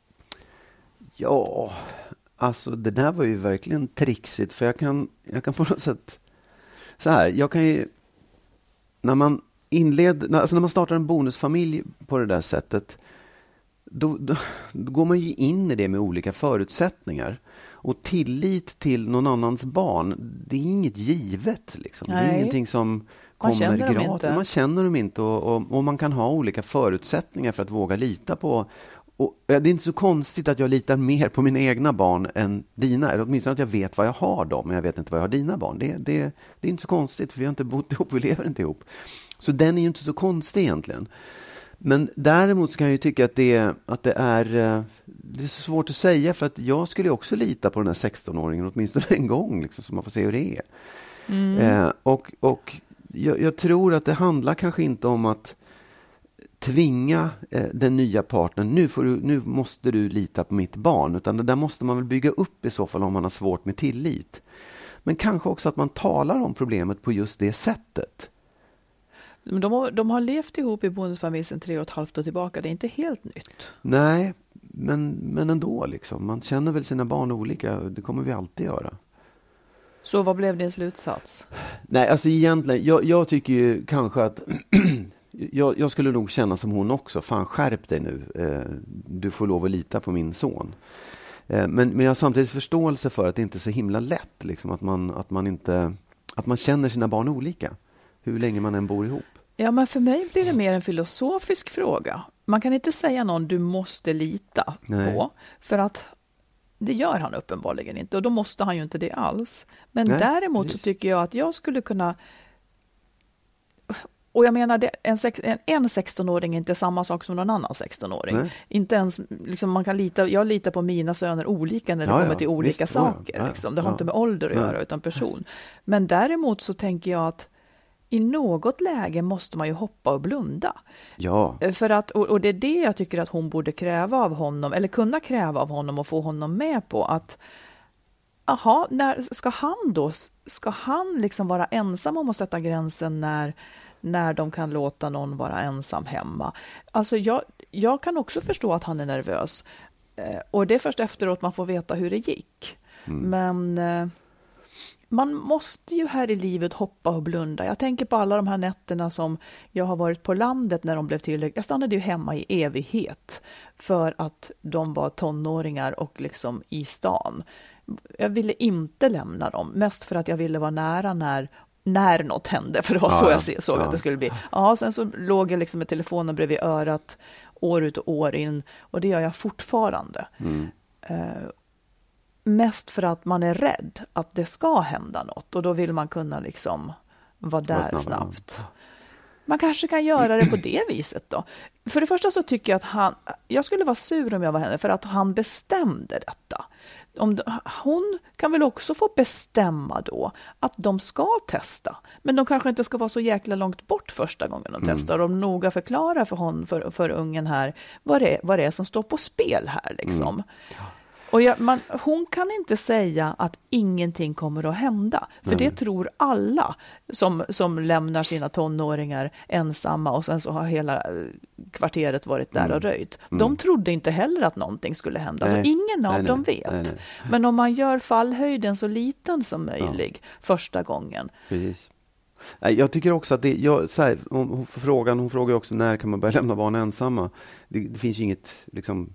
Ja, alltså det där var ju verkligen trixigt, för jag kan, jag kan på något sätt så här, jag kan ju när man inled, alltså när man startar en bonusfamilj på det där sättet, då, då, då går man ju in i det med olika förutsättningar. Och tillit till någon annans barn, det är inget givet. Liksom. Det är ingenting som kommer gratis. Man känner dem inte och, och, och man kan ha olika förutsättningar för att våga lita på. Och det är inte så konstigt att jag litar mer på mina egna barn än dina. Eller åtminstone att jag vet vad jag har dem, men jag vet inte vad jag har dina barn. Det, det, det är inte så konstigt, för vi har inte bott ihop, vi lever inte ihop. Så den är ju inte så konstig egentligen. Men däremot så kan jag ju tycka att det, att det är det är så svårt att säga, för att jag skulle också lita på den här sexton-åringen åtminstone en gång, liksom, så man får se hur det är. Mm. Eh, och och jag, jag tror att det handlar kanske inte om att tvinga eh, den nya partnern, nu, får du, nu måste du lita på mitt barn, utan det där måste man väl bygga upp i så fall om man har svårt med tillit. Men kanske också att man talar om problemet på just det sättet. De har, de har levt ihop i bonusfamilj sedan tre och ett halvt år tillbaka. Det är inte helt nytt. Nej, men, men ändå. Liksom. Man känner väl sina barn olika. Det kommer vi alltid göra. Så vad blev din slutsats? Nej, alltså egentligen. Jag, jag tycker ju kanske att... jag, jag skulle nog känna som hon också. Fan, skärp dig nu. Eh, du får lov att lita på min son. Eh, men, men jag har samtidigt förståelse för att det inte är så himla lätt. Liksom, att, man, att, man inte, att man känner sina barn olika. Hur länge man än bor ihop. Ja, men för mig blir det mer en filosofisk fråga. Man kan inte säga någon du måste lita Nej. på. För att det gör han uppenbarligen inte. Och då måste han ju inte det alls. Men Nej, däremot precis. så tycker jag att jag skulle kunna... Och jag menar, det, en, sex, en, en sexton-åring är inte samma sak som någon annan sexton-åring. Nej. Inte ens, liksom, man kan lita, jag litar på mina söner olika när det ja, kommer till ja, olika visst, saker. Ja, liksom. Det har ja, inte med ålder att ja. göra utan person. Men däremot så tänker jag att i något läge måste man ju hoppa och blunda. Ja. För att, och, och det är det jag tycker att hon borde kräva av honom, eller kunna kräva av honom och få honom med på att aha, när ska han då, ska han liksom vara ensam om att sätta gränsen när, när de kan låta någon vara ensam hemma? Alltså jag, jag kan också förstå att han är nervös. Eh, och det är först efteråt man får veta hur det gick. Mm. Men... Eh, man måste ju här i livet hoppa och blunda. Jag tänker på alla de här nätterna som jag har varit på landet när de blev tillräckligt. Jag stannade ju hemma i evighet för att de var tonåringar och liksom i stan. Jag ville inte lämna dem, mest för att jag ville vara nära när, när något hände. För det var ja, så jag såg ja. att det skulle bli. Ja, sen så låg jag liksom med telefonen bredvid örat år ut och år in. Och det gör jag fortfarande. Mm. Uh, Mest för att man är rädd att det ska hända något. Och då vill man kunna liksom vara där var snabbt. Man kanske kan göra det på det viset då. För det första så tycker jag att han... Jag skulle vara sur om jag var henne för att han bestämde detta. Om, hon kan väl också få bestämma då att de ska testa. Men de kanske inte ska vara så jäkla långt bort första gången de mm. testar. Och de noga förklarar för, hon, för, för ungen här vad det, vad det är som står på spel här liksom. Mm. Och jag, man, hon kan inte säga att ingenting kommer att hända. För mm. det tror alla som, som lämnar sina tonåringar ensamma och sen så har hela kvarteret varit där mm. och röjt. De mm. trodde inte heller att någonting skulle hända. Nej. Så ingen av nej, dem vet. Nej, nej. Men om man gör fallhöjden så liten som möjligt ja. första gången. Precis. Jag tycker också att det, jag, så här, hon, frågan, hon frågar också när kan man börja lämna barn ensamma. Det, det finns ju inget liksom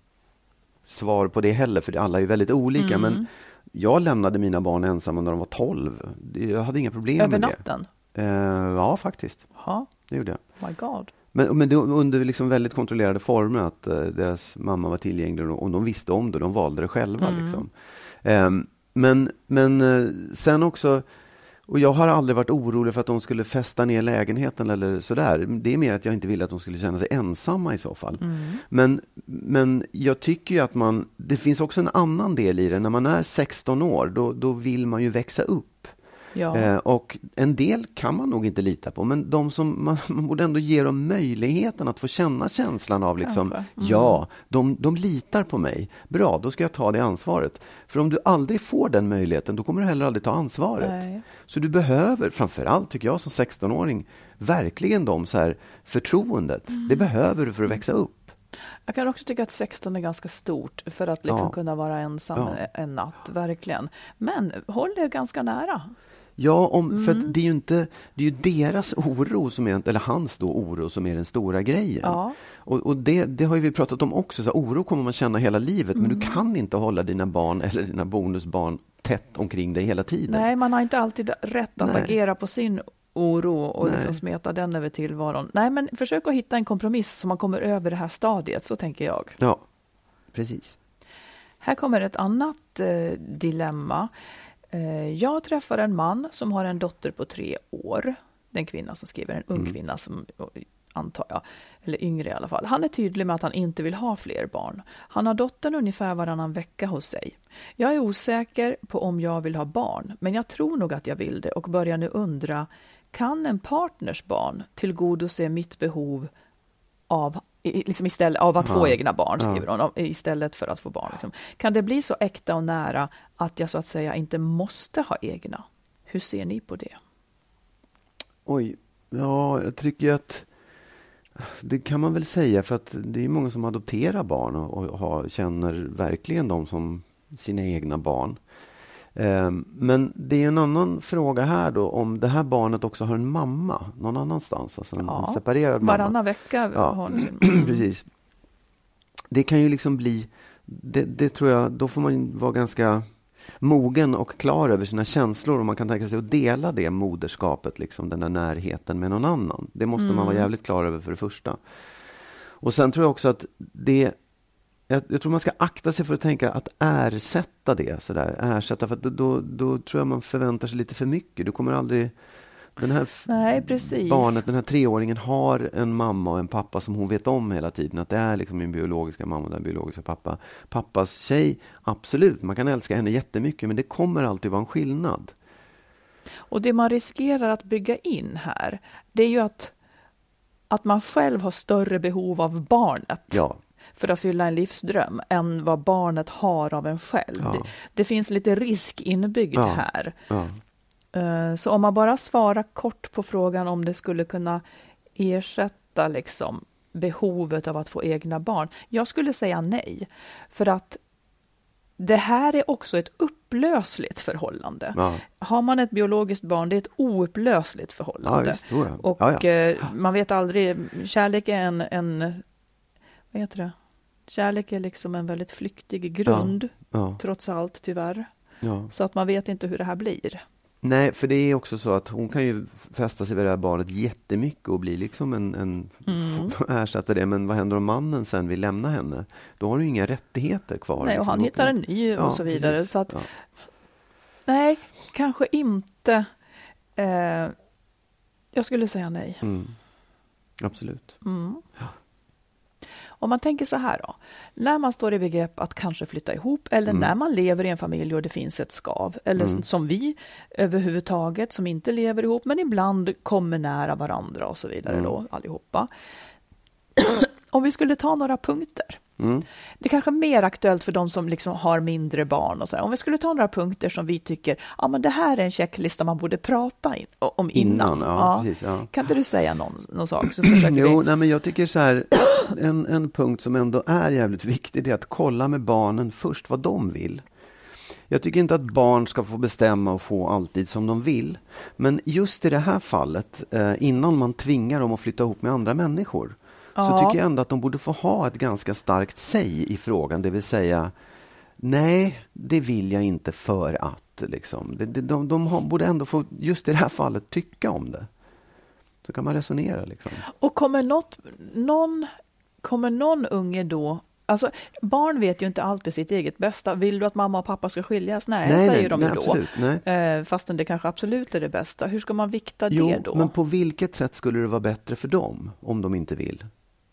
svar på det heller, för alla är väldigt olika. Mm. Men jag lämnade mina barn ensamma när de var tolv. Jag hade inga problem Över med natten? det. Uh, ja, faktiskt. Ha? Det gjorde jag. My God. Men, men det, under liksom väldigt kontrollerade former, att uh, deras mamma var tillgänglig och, och de visste om det. De valde det själva. Mm. Liksom. Um, men men uh, sen också... Och jag har aldrig varit orolig för att de skulle fästa ner lägenheten eller sådär. Det är mer att jag inte ville att de skulle känna sig ensamma i så fall. Mm. Men, men jag tycker ju att man... Det finns också en annan del i det. När man är sexton år, då, då vill man ju växa upp. Ja. Eh, och en del kan man nog inte lita på. Men de som man, man borde ändå ge dem möjligheten att få känna känslan av liksom, mm. ja, de, de litar på mig. Bra, då ska jag ta det ansvaret. För om du aldrig får den möjligheten, då kommer du heller aldrig ta ansvaret. Nej. Så du behöver, framförallt tycker jag som sexton-åring, verkligen de så här förtroendet. Mm. Det behöver du för att växa upp. Jag kan också tycka att sexton är ganska stort för att liksom ja. kunna vara ensam ja. en natt, verkligen. Men håll er ganska nära. Ja, om, mm. för att det är ju inte det är ju deras oro som är, eller hans då oro som är den stora grejen. Ja. Och, och det, det har ju vi pratat om också, så oro kommer man känna hela livet, mm. men du kan inte hålla dina barn eller dina bonusbarn tätt omkring dig hela tiden. Nej, man har inte alltid rätt att Nej. agera på sin oro och liksom smeta den över tillvaron. Nej, men försök att hitta en kompromiss så man kommer över det här stadiet, så tänker jag. Ja, precis. Här kommer ett annat eh, dilemma. Jag träffar en man som har en dotter på tre år. Den kvinna som skriver, en ung mm. kvinna som antar jag. Eller yngre i alla fall. Han är tydlig med att han inte vill ha fler barn. Han har dottern ungefär varannan vecka hos sig. Jag är osäker på om jag vill ha barn, men jag tror nog att jag vill det och börjar nu undra, kan en partners barn tillgodose mitt behov av, liksom istället, av att ja. få egna barn, skriver ja. hon, istället för att få barn. Liksom. Kan det bli så äkta och nära att jag så att säga inte måste ha egna? Hur ser ni på det? Oj, ja, jag tycker att det kan man väl säga, för att det är många som adopterar barn och, och har, känner verkligen dem som sina egna barn. Eh, men det är en annan fråga här då, om det här barnet också har en mamma någon annanstans, alltså en, ja, en separerad mamma. Varannan vecka ja. har sin... Precis. Det kan ju liksom bli, det, det tror jag, då får man vara ganska mogen och klar över sina känslor, och man kan tänka sig att dela det moderskapet, liksom den där närheten med någon annan. Det måste mm. man vara jävligt klar över för det första. Och sen tror jag också att det, jag, jag tror man ska akta sig för att tänka att ersätta det sådär, ersätta, för att då, då, då tror jag man förväntar sig lite för mycket. Du kommer aldrig, den här Nej, precis. barnet, den här treåringen har en mamma och en pappa som hon vet om hela tiden, att det är liksom min biologiska mamma och den biologiska pappa. Pappas tjej, absolut, man kan älska henne jättemycket, men det kommer alltid vara en skillnad. Och det man riskerar att bygga in här, det är ju att, att man själv har större behov av barnet. Ja. För att fylla en livsdröm än vad barnet har av en själv. Ja. Det, det finns lite risk inbyggd ja. här. Ja. Så om man bara svarar kort på frågan om det skulle kunna ersätta liksom behovet av att få egna barn. Jag skulle säga nej. För att det här är också ett upplösligt förhållande. Ja. Har man ett biologiskt barn, det är ett oupplösligt förhållande. Ja, just, och ja, ja. man vet aldrig, kärlek är en, en vad heter det? Kärlek är liksom en väldigt flyktig grund, ja. Ja. trots allt tyvärr. Ja. Så att man vet inte hur det här blir. Nej, för det är också så att hon kan ju fästa sig vid det här barnet jättemycket och bli liksom en, en mm. ersätta det. Men vad händer om mannen sen vill lämna henne? Då har du inga rättigheter kvar. Nej, och liksom. han hittar en ny och ja, så vidare. Precis. Så att, ja. nej, kanske inte. Eh, jag skulle säga nej. Mm. Absolut. Mm. Ja. Om man tänker så här då, när man står i begrepp att kanske flytta ihop, eller mm. när man lever i en familj och det finns ett skav, eller mm. som vi överhuvudtaget som inte lever ihop men ibland kommer nära varandra och så vidare mm. då allihopa. Om vi skulle ta några punkter. Mm. Det är kanske mer aktuellt för de som liksom har mindre barn och så här. Om vi skulle ta några punkter som vi tycker, ja men det här är en checklista man borde prata in, om innan. innan ja, ja. Precis, ja. Kan inte du säga någon, någon sak? Så försöker jo, vi... nej, men jag tycker så här, en, en punkt som ändå är jävligt viktig är att kolla med barnen först vad de vill. Jag tycker inte att barn ska få bestämma och få alltid som de vill. Men just i det här fallet, eh, innan man tvingar dem att flytta ihop med andra människor, ja. så tycker jag ändå att de borde få ha ett ganska starkt säg i frågan. Det vill säga, nej, det vill jag inte för att. Liksom. De, de, de, de har, borde ändå få, just i det här fallet, tycka om det. Så kan man resonera. Liksom. Och kommer, något, någon, kommer någon unge då... Alltså, barn vet ju inte alltid sitt eget bästa. Vill du att mamma och pappa ska skiljas? Nej, nej säger nej, de nej, ju då. Absolut, nej. Eh, fastän det kanske absolut är det bästa. Hur ska man vikta jo, det då? Men på vilket sätt skulle det vara bättre för dem om de inte vill?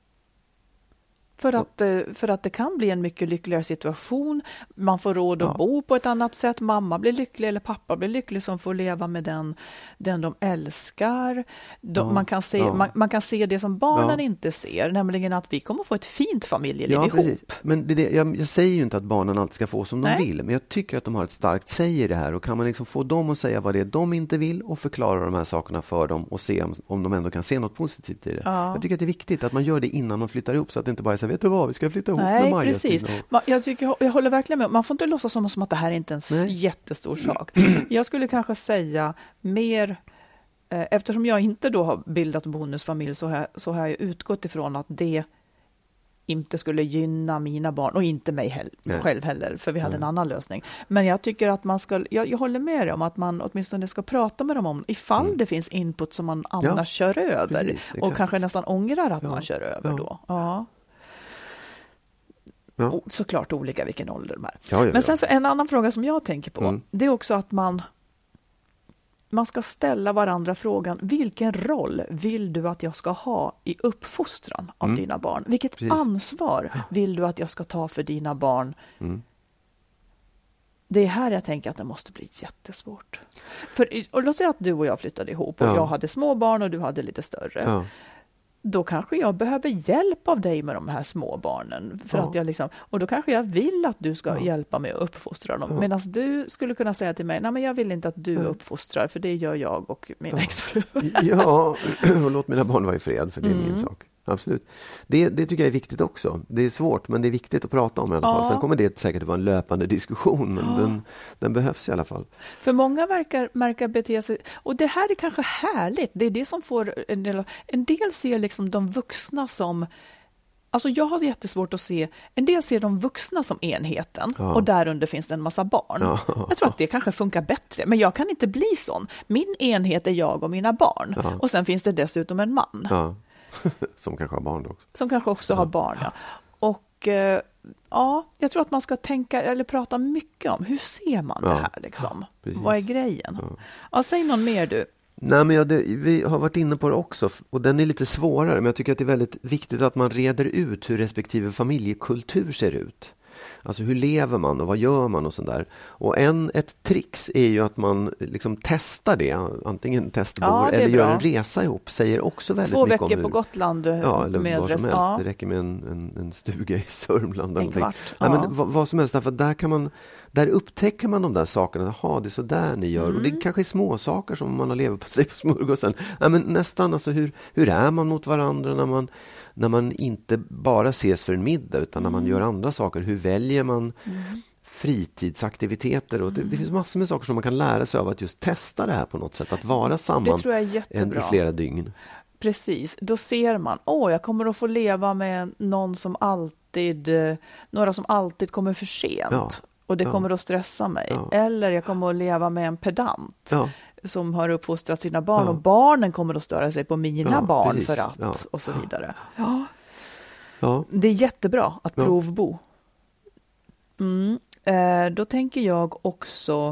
För att, för att det kan bli en mycket lyckligare situation. Man får råd att ja. bo på ett annat sätt. Mamma blir lycklig eller pappa blir lycklig som får leva med den, den de älskar. De, ja. man, kan se, ja. man, man kan se det som barnen ja. inte ser. Nämligen att vi kommer få ett fint familjeliv ja, ihop. Precis. Men det, det, jag, jag säger ju inte att barnen alltid ska få som Nej. de vill. Men jag tycker att de har ett starkt säg i det här. Och kan man liksom få dem att säga vad det är de inte vill och förklara de här sakerna för dem och se om, om de ändå kan se något positivt i det. Ja. Jag tycker att det är viktigt att man gör det innan man flyttar ihop, så att det inte bara är så här, vet du vad, vi ska flytta ihop Nej, med Maja. precis. Jag, tycker, jag håller verkligen med. Man får inte låtsas som, som att det här är inte en Nej. jättestor sak. Jag skulle kanske säga mer, eh, eftersom jag inte då har bildat bonusfamilj, så har, så har jag utgått ifrån att det inte skulle gynna mina barn och inte mig he- själv heller, för vi hade Nej. en annan lösning. Men jag tycker att man ska, jag, jag håller med dig om att man åtminstone ska prata med dem om ifall mm. det finns input som man annars ja, kör över precis, och kanske nästan ångrar att ja. man kör över ja. då. Ja. Ja. Och såklart olika vilken ålder de är. Ja, ja, Men sen ja. så en annan fråga som jag tänker på, mm. det är också att man man ska ställa varandra frågan, vilken roll vill du att jag ska ha i uppfostran av mm. dina barn? Vilket Precis. ansvar vill du att jag ska ta för dina barn? Mm. Det är här jag tänker att det måste bli jättesvårt. För, och låt säga att du och jag flyttade ihop och ja. jag hade små barn och du hade lite större. Ja. Då kanske jag behöver hjälp av dig med de här små barnen. För ja. att jag liksom, och då kanske jag vill att du ska ja. hjälpa mig att uppfostra dem. Ja. Medan du skulle kunna säga till mig, nej men jag vill inte att du ja. uppfostrar, för det gör jag och min ja. exfru. Ja, och låt mina barn vara i fred, för det är mm. min sak. Absolut. Det, det tycker jag är viktigt också. Det är svårt, men det är viktigt att prata om i alla fall. Ja. Sen kommer det säkert att vara en löpande diskussion, men ja. den, den behövs i alla fall. För många verkar, verkar bete sig, och det här är kanske härligt. Det är det som får en del, en del ser liksom de vuxna som, alltså jag har jättesvårt att se, en del ser de vuxna som enheten ja. och därunder finns det en massa barn. Ja. Jag tror att det kanske funkar bättre, men jag kan inte bli sån. Min enhet är jag och mina barn. Ja. Och sen finns det dessutom en man. Ja. Som kanske har barn också. Som kanske också ja. har barn, ja. Och eh, ja, jag tror att man ska tänka eller prata mycket om hur ser man ja. det här liksom. Ja, vad är grejen? Ja. Ja, säg någon mer du. Nej, men ja, det, vi har varit inne på det också, och den är lite svårare, men jag tycker att det är väldigt viktigt att man reder ut hur respektive familjekultur ser ut. Alltså hur lever man och vad gör man och sånt där. Och en, ett trix är ju att man liksom testar det. Antingen testbor ja, eller gör en resa ihop. Säger också väldigt Två mycket om Två veckor på Gotland ja, eller med vad som helst. Ja. Det räcker med en, en, en stuga i Sörmland. En kvart. Nej, ja. men vad, vad som helst. För där, kan man, där upptäcker man de där sakerna. Jaha, det är så där ni gör. Mm. Och det kanske är små saker som man har levat på sig på smörgåsen. Nej, men nästan, alltså, hur, hur är man mot varandra när man... När man inte bara ses för en middag utan när man mm. gör andra saker. Hur väljer man mm. fritidsaktiviteter? Och det, det finns massor med saker som man kan lära sig av att just testa det här på något sätt. Att vara samman en, i flera dygn. Precis, då ser man, åh jag kommer att få leva med någon som alltid, några som alltid kommer för sent. Ja. Och det ja. kommer att stressa mig. Ja. Eller jag kommer att leva med en pedant. Ja. Som har uppfostrat sina barn ja. och barnen kommer att störa sig på mina ja, barn precis. för att ja. och så vidare. Ja. Ja. Det är jättebra att ja. provbo. Mm. Eh, då tänker jag också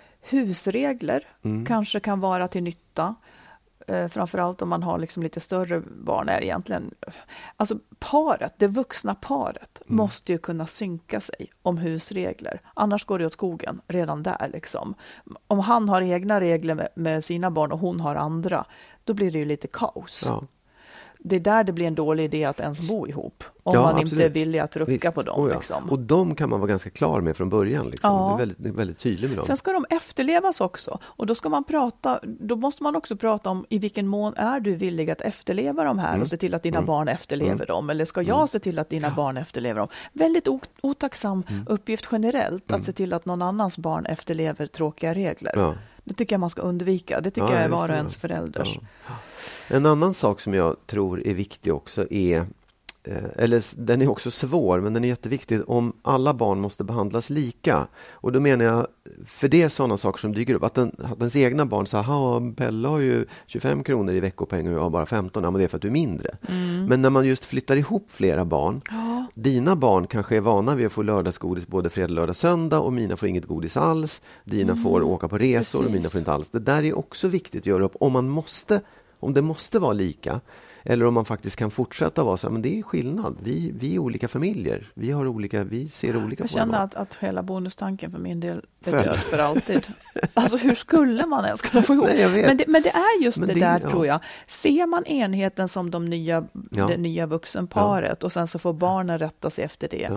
husregler mm. kanske kan vara till nytta. Eh, framförallt om man har liksom lite större barn är egentligen. Alltså paret, det vuxna paret mm. måste ju kunna synka sig om husregler. Annars går det åt skogen redan där liksom. Om han har egna regler med, med sina barn och hon har andra, då blir det ju lite kaos. Ja. Det är där det blir en dålig idé att ens bo ihop. Om ja, man absolut. inte är villig att rucka Visst. på dem. Oh ja. liksom. Och de kan man vara ganska klar med från början. Liksom. Ja. Det är väldigt, det är väldigt tydligt med dem. Sen ska de efterlevas också. Och då ska man prata, då måste man också prata om i vilken mån är du villig att efterleva de här mm. och se till att dina mm. barn efterlever mm. dem. Eller ska jag mm. se till att dina ja. barn efterlever dem? Väldigt otacksam mm. uppgift generellt mm. att se till att någon annans barn efterlever tråkiga regler. Ja. Det tycker jag man ska undvika. Det tycker ja, jag är var och ens förälders. Ja. En annan sak som jag tror är viktig också är, eller den är också svår men den är jätteviktig, om alla barn måste behandlas lika. Och då menar jag, för det är sådana saker som dyker upp, att, den, att ens egna barn säger, ja Bella har ju tjugofem kronor i veckopeng och jag har bara femton, ja men det är för att du är mindre. Mm. Men när man just flyttar ihop flera barn, ja. dina barn kanske är vana vid att få lördagsgodis både fredag, lördag, söndag och mina får inget godis alls. Dina mm. får åka på resor Precis. och mina får inte alls. Det där är också viktigt att göra upp om man måste, om det måste vara lika. Eller om man faktiskt kan fortsätta vara så här, men det är skillnad. Vi, vi är olika familjer. Vi har olika, vi ser olika Jag känner att, att hela bonustanken för min del är död för alltid. Alltså hur skulle man ens kunna få ihop? Nej, men, det, men det är just det, det där ja. tror jag. Ser man enheten som de nya, ja. det nya vuxenparet ja. och sen så får barnen rätta sig efter det. Ja.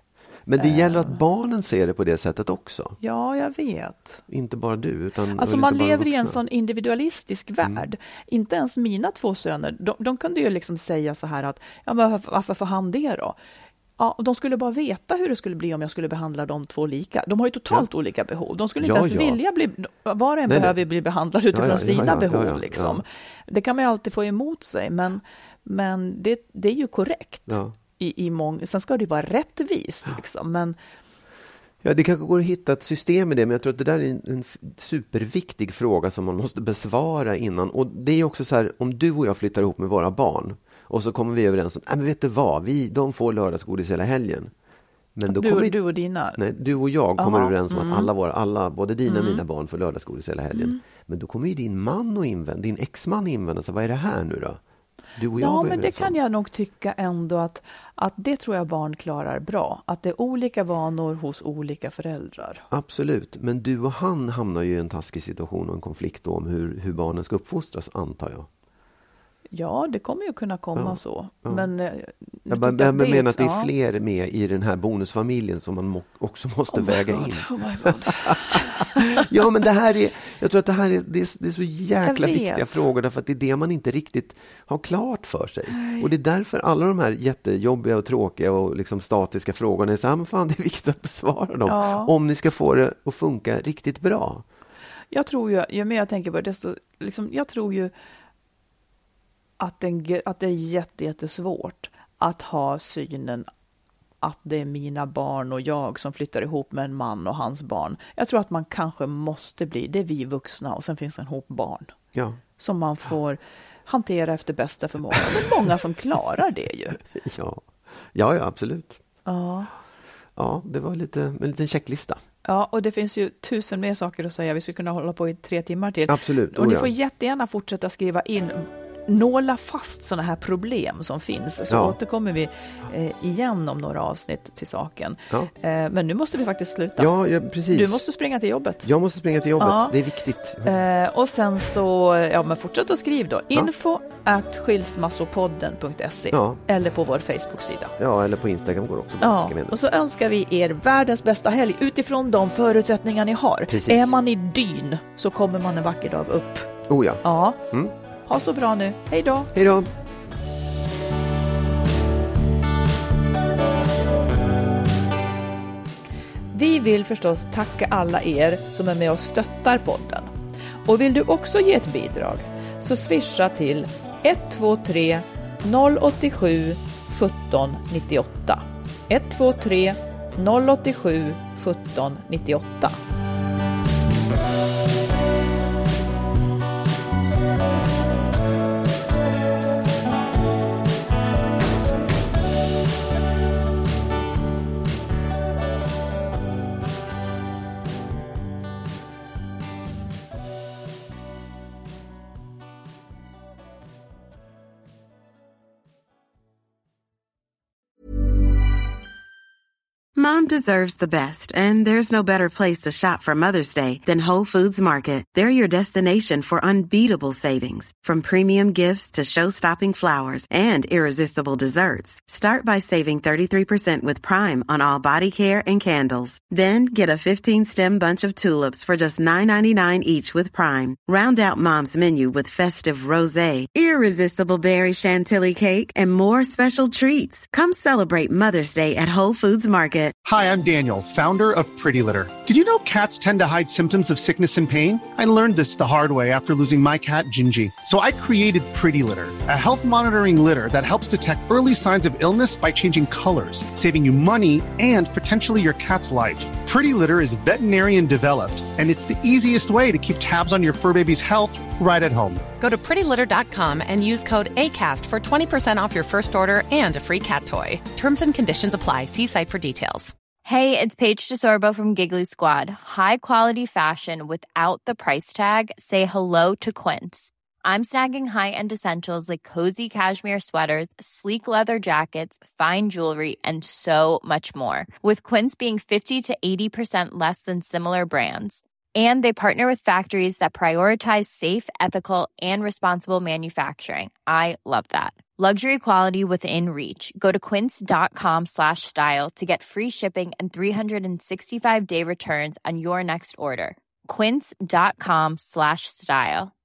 Men det gäller att barnen ser det på det sättet också. Ja, jag vet. Inte bara du. Utan alltså man lever i en sån individualistisk värld. Mm. Inte ens mina två söner, de, de kunde ju liksom säga så här att, ja men varför, varför får han det då? Ja, och de skulle bara veta hur det skulle bli om jag skulle behandla de två lika. De har ju totalt ja. olika behov. De skulle inte ja, ens ja. vilja bli, var och en nej, behöver nej. bli behandlad utifrån ja, ja, sina ja, ja, behov. Ja, ja, liksom. ja. Det kan man ju alltid få emot sig, men, men det, det är ju korrekt. Ja. I, i mång- Sen ska det ju vara rättvist liksom, men ja, det kanske går att hitta ett system i det, men jag tror att det där är en, en superviktig fråga som man måste besvara innan. Och det är också så här, om du och jag flyttar ihop med våra barn och så kommer vi överens om, nej men vet du vad, vi, de får lördagsgodis hela helgen. Men då du, kommer, du och dina? Nej, du och jag kommer Aha. överens om mm. att alla, våra, alla både dina och mm. mina barn får lördagsgodis hela helgen. Mm. Men då kommer ju din man och invända, din exman invända, så vad är det här nu då? Du och jag ja, var men det kan om. jag nog tycka ändå att, att det tror jag barn klarar bra. Att det är olika vanor hos olika föräldrar. Absolut, men du och han hamnar ju i en taskig situation och en konflikt om hur, hur barnen ska uppfostras, antar jag. Ja, det kommer ju kunna komma ja, så. Ja. Men jag, jag, bara, jag vet, menar att det är ja. fler med i den här bonusfamiljen som man må, också måste oh väga God, in. Oh my God. Ja, men det här är, jag tror att det här är, det är, det är så jäkla Jag viktiga vet. frågor, därför att det är det man inte riktigt har klart för sig. Nej. Och det är därför alla de här jättejobbiga och tråkiga och liksom statiska frågorna är så här, men fan, det är viktigt att besvara dem. Ja. Om ni ska få det att funka riktigt bra. Jag tror ju, ju mer jag tänker på det, desto, liksom, jag tror ju att, den, att det är jätte, jättesvårt att ha synen att det är mina barn och jag som flyttar ihop med en man och hans barn. Jag tror att man kanske måste bli, det är vi vuxna och sen finns en hop barn. Ja. Som man får hantera efter bästa förmåga. Det är många som klarar det ju. Ja, ja, ja absolut. Ja. Ja, det var lite, en liten checklista. Ja, och det finns ju tusen mer saker att säga. Vi skulle kunna hålla på i tre timmar till. Absolut. Och ni oh, ja. får jättegärna fortsätta skriva in, nåla fast sådana här problem som finns. Så ja. återkommer vi eh, igen om några avsnitt till saken. Ja. Eh, men nu måste vi faktiskt sluta. Ja, ja, precis. Du måste springa till jobbet. Jag måste springa till jobbet, ja. det är viktigt. Eh, och sen så, ja men fortsätt att skriva då. Ja. Info at skilsmassopodden punkt se ja. eller på vår Facebook-sida. Ja, eller på Instagram går också. Ja, och så önskar vi er världens bästa helg utifrån de förutsättningar ni har. Precis. Är man i dyn så kommer man en vacker dag upp. Oh ja. Ja. Mm. Ha så bra nu. Hej då. Hej då. Vi vill förstås tacka alla er som är med och stöttar podden. Och vill du också ge ett bidrag så swisha till ett två tre noll åtta sju sjutton nittioåtta. ett två tre noll åtta sju sjutton nittioåtta. Mom deserves the best, and there's no better place to shop for Mother's Day than Whole Foods Market. They're your destination for unbeatable savings, from premium gifts to show-stopping flowers and irresistible desserts. Start by saving thirty-three percent with Prime on all body care and candles. Then get a fifteen-stem bunch of tulips for just nine ninety-nine each with Prime. Round out Mom's menu with festive rosé, irresistible berry chantilly cake, and more special treats. Come celebrate Mother's Day at Whole Foods Market. Hi, I'm Daniel, founder of Pretty Litter. Did you know cats tend to hide symptoms of sickness and pain? I learned this the hard way after losing my cat, Gingy. So I created Pretty Litter, a health monitoring litter that helps detect early signs of illness by changing colors, saving you money and potentially your cat's life. Pretty Litter is veterinarian developed, and it's the easiest way to keep tabs on your fur baby's health right at home. Go to pretty litter dot com and use code ACAST for twenty percent off your first order and a free cat toy. Terms and conditions apply. See site for details. Hey, it's Paige DeSorbo from Giggly Squad. High quality fashion without the price tag. Say hello to Quince. I'm snagging high-end essentials like cozy cashmere sweaters, sleek leather jackets, fine jewelry, and so much more. With Quince being fifty to eighty percent less than similar brands. And they partner with factories that prioritize safe, ethical, and responsible manufacturing. I love that. Luxury quality within reach. Go to quince dot com slash style to get free shipping and three sixty-five day returns on your next order. quince dot com slash style.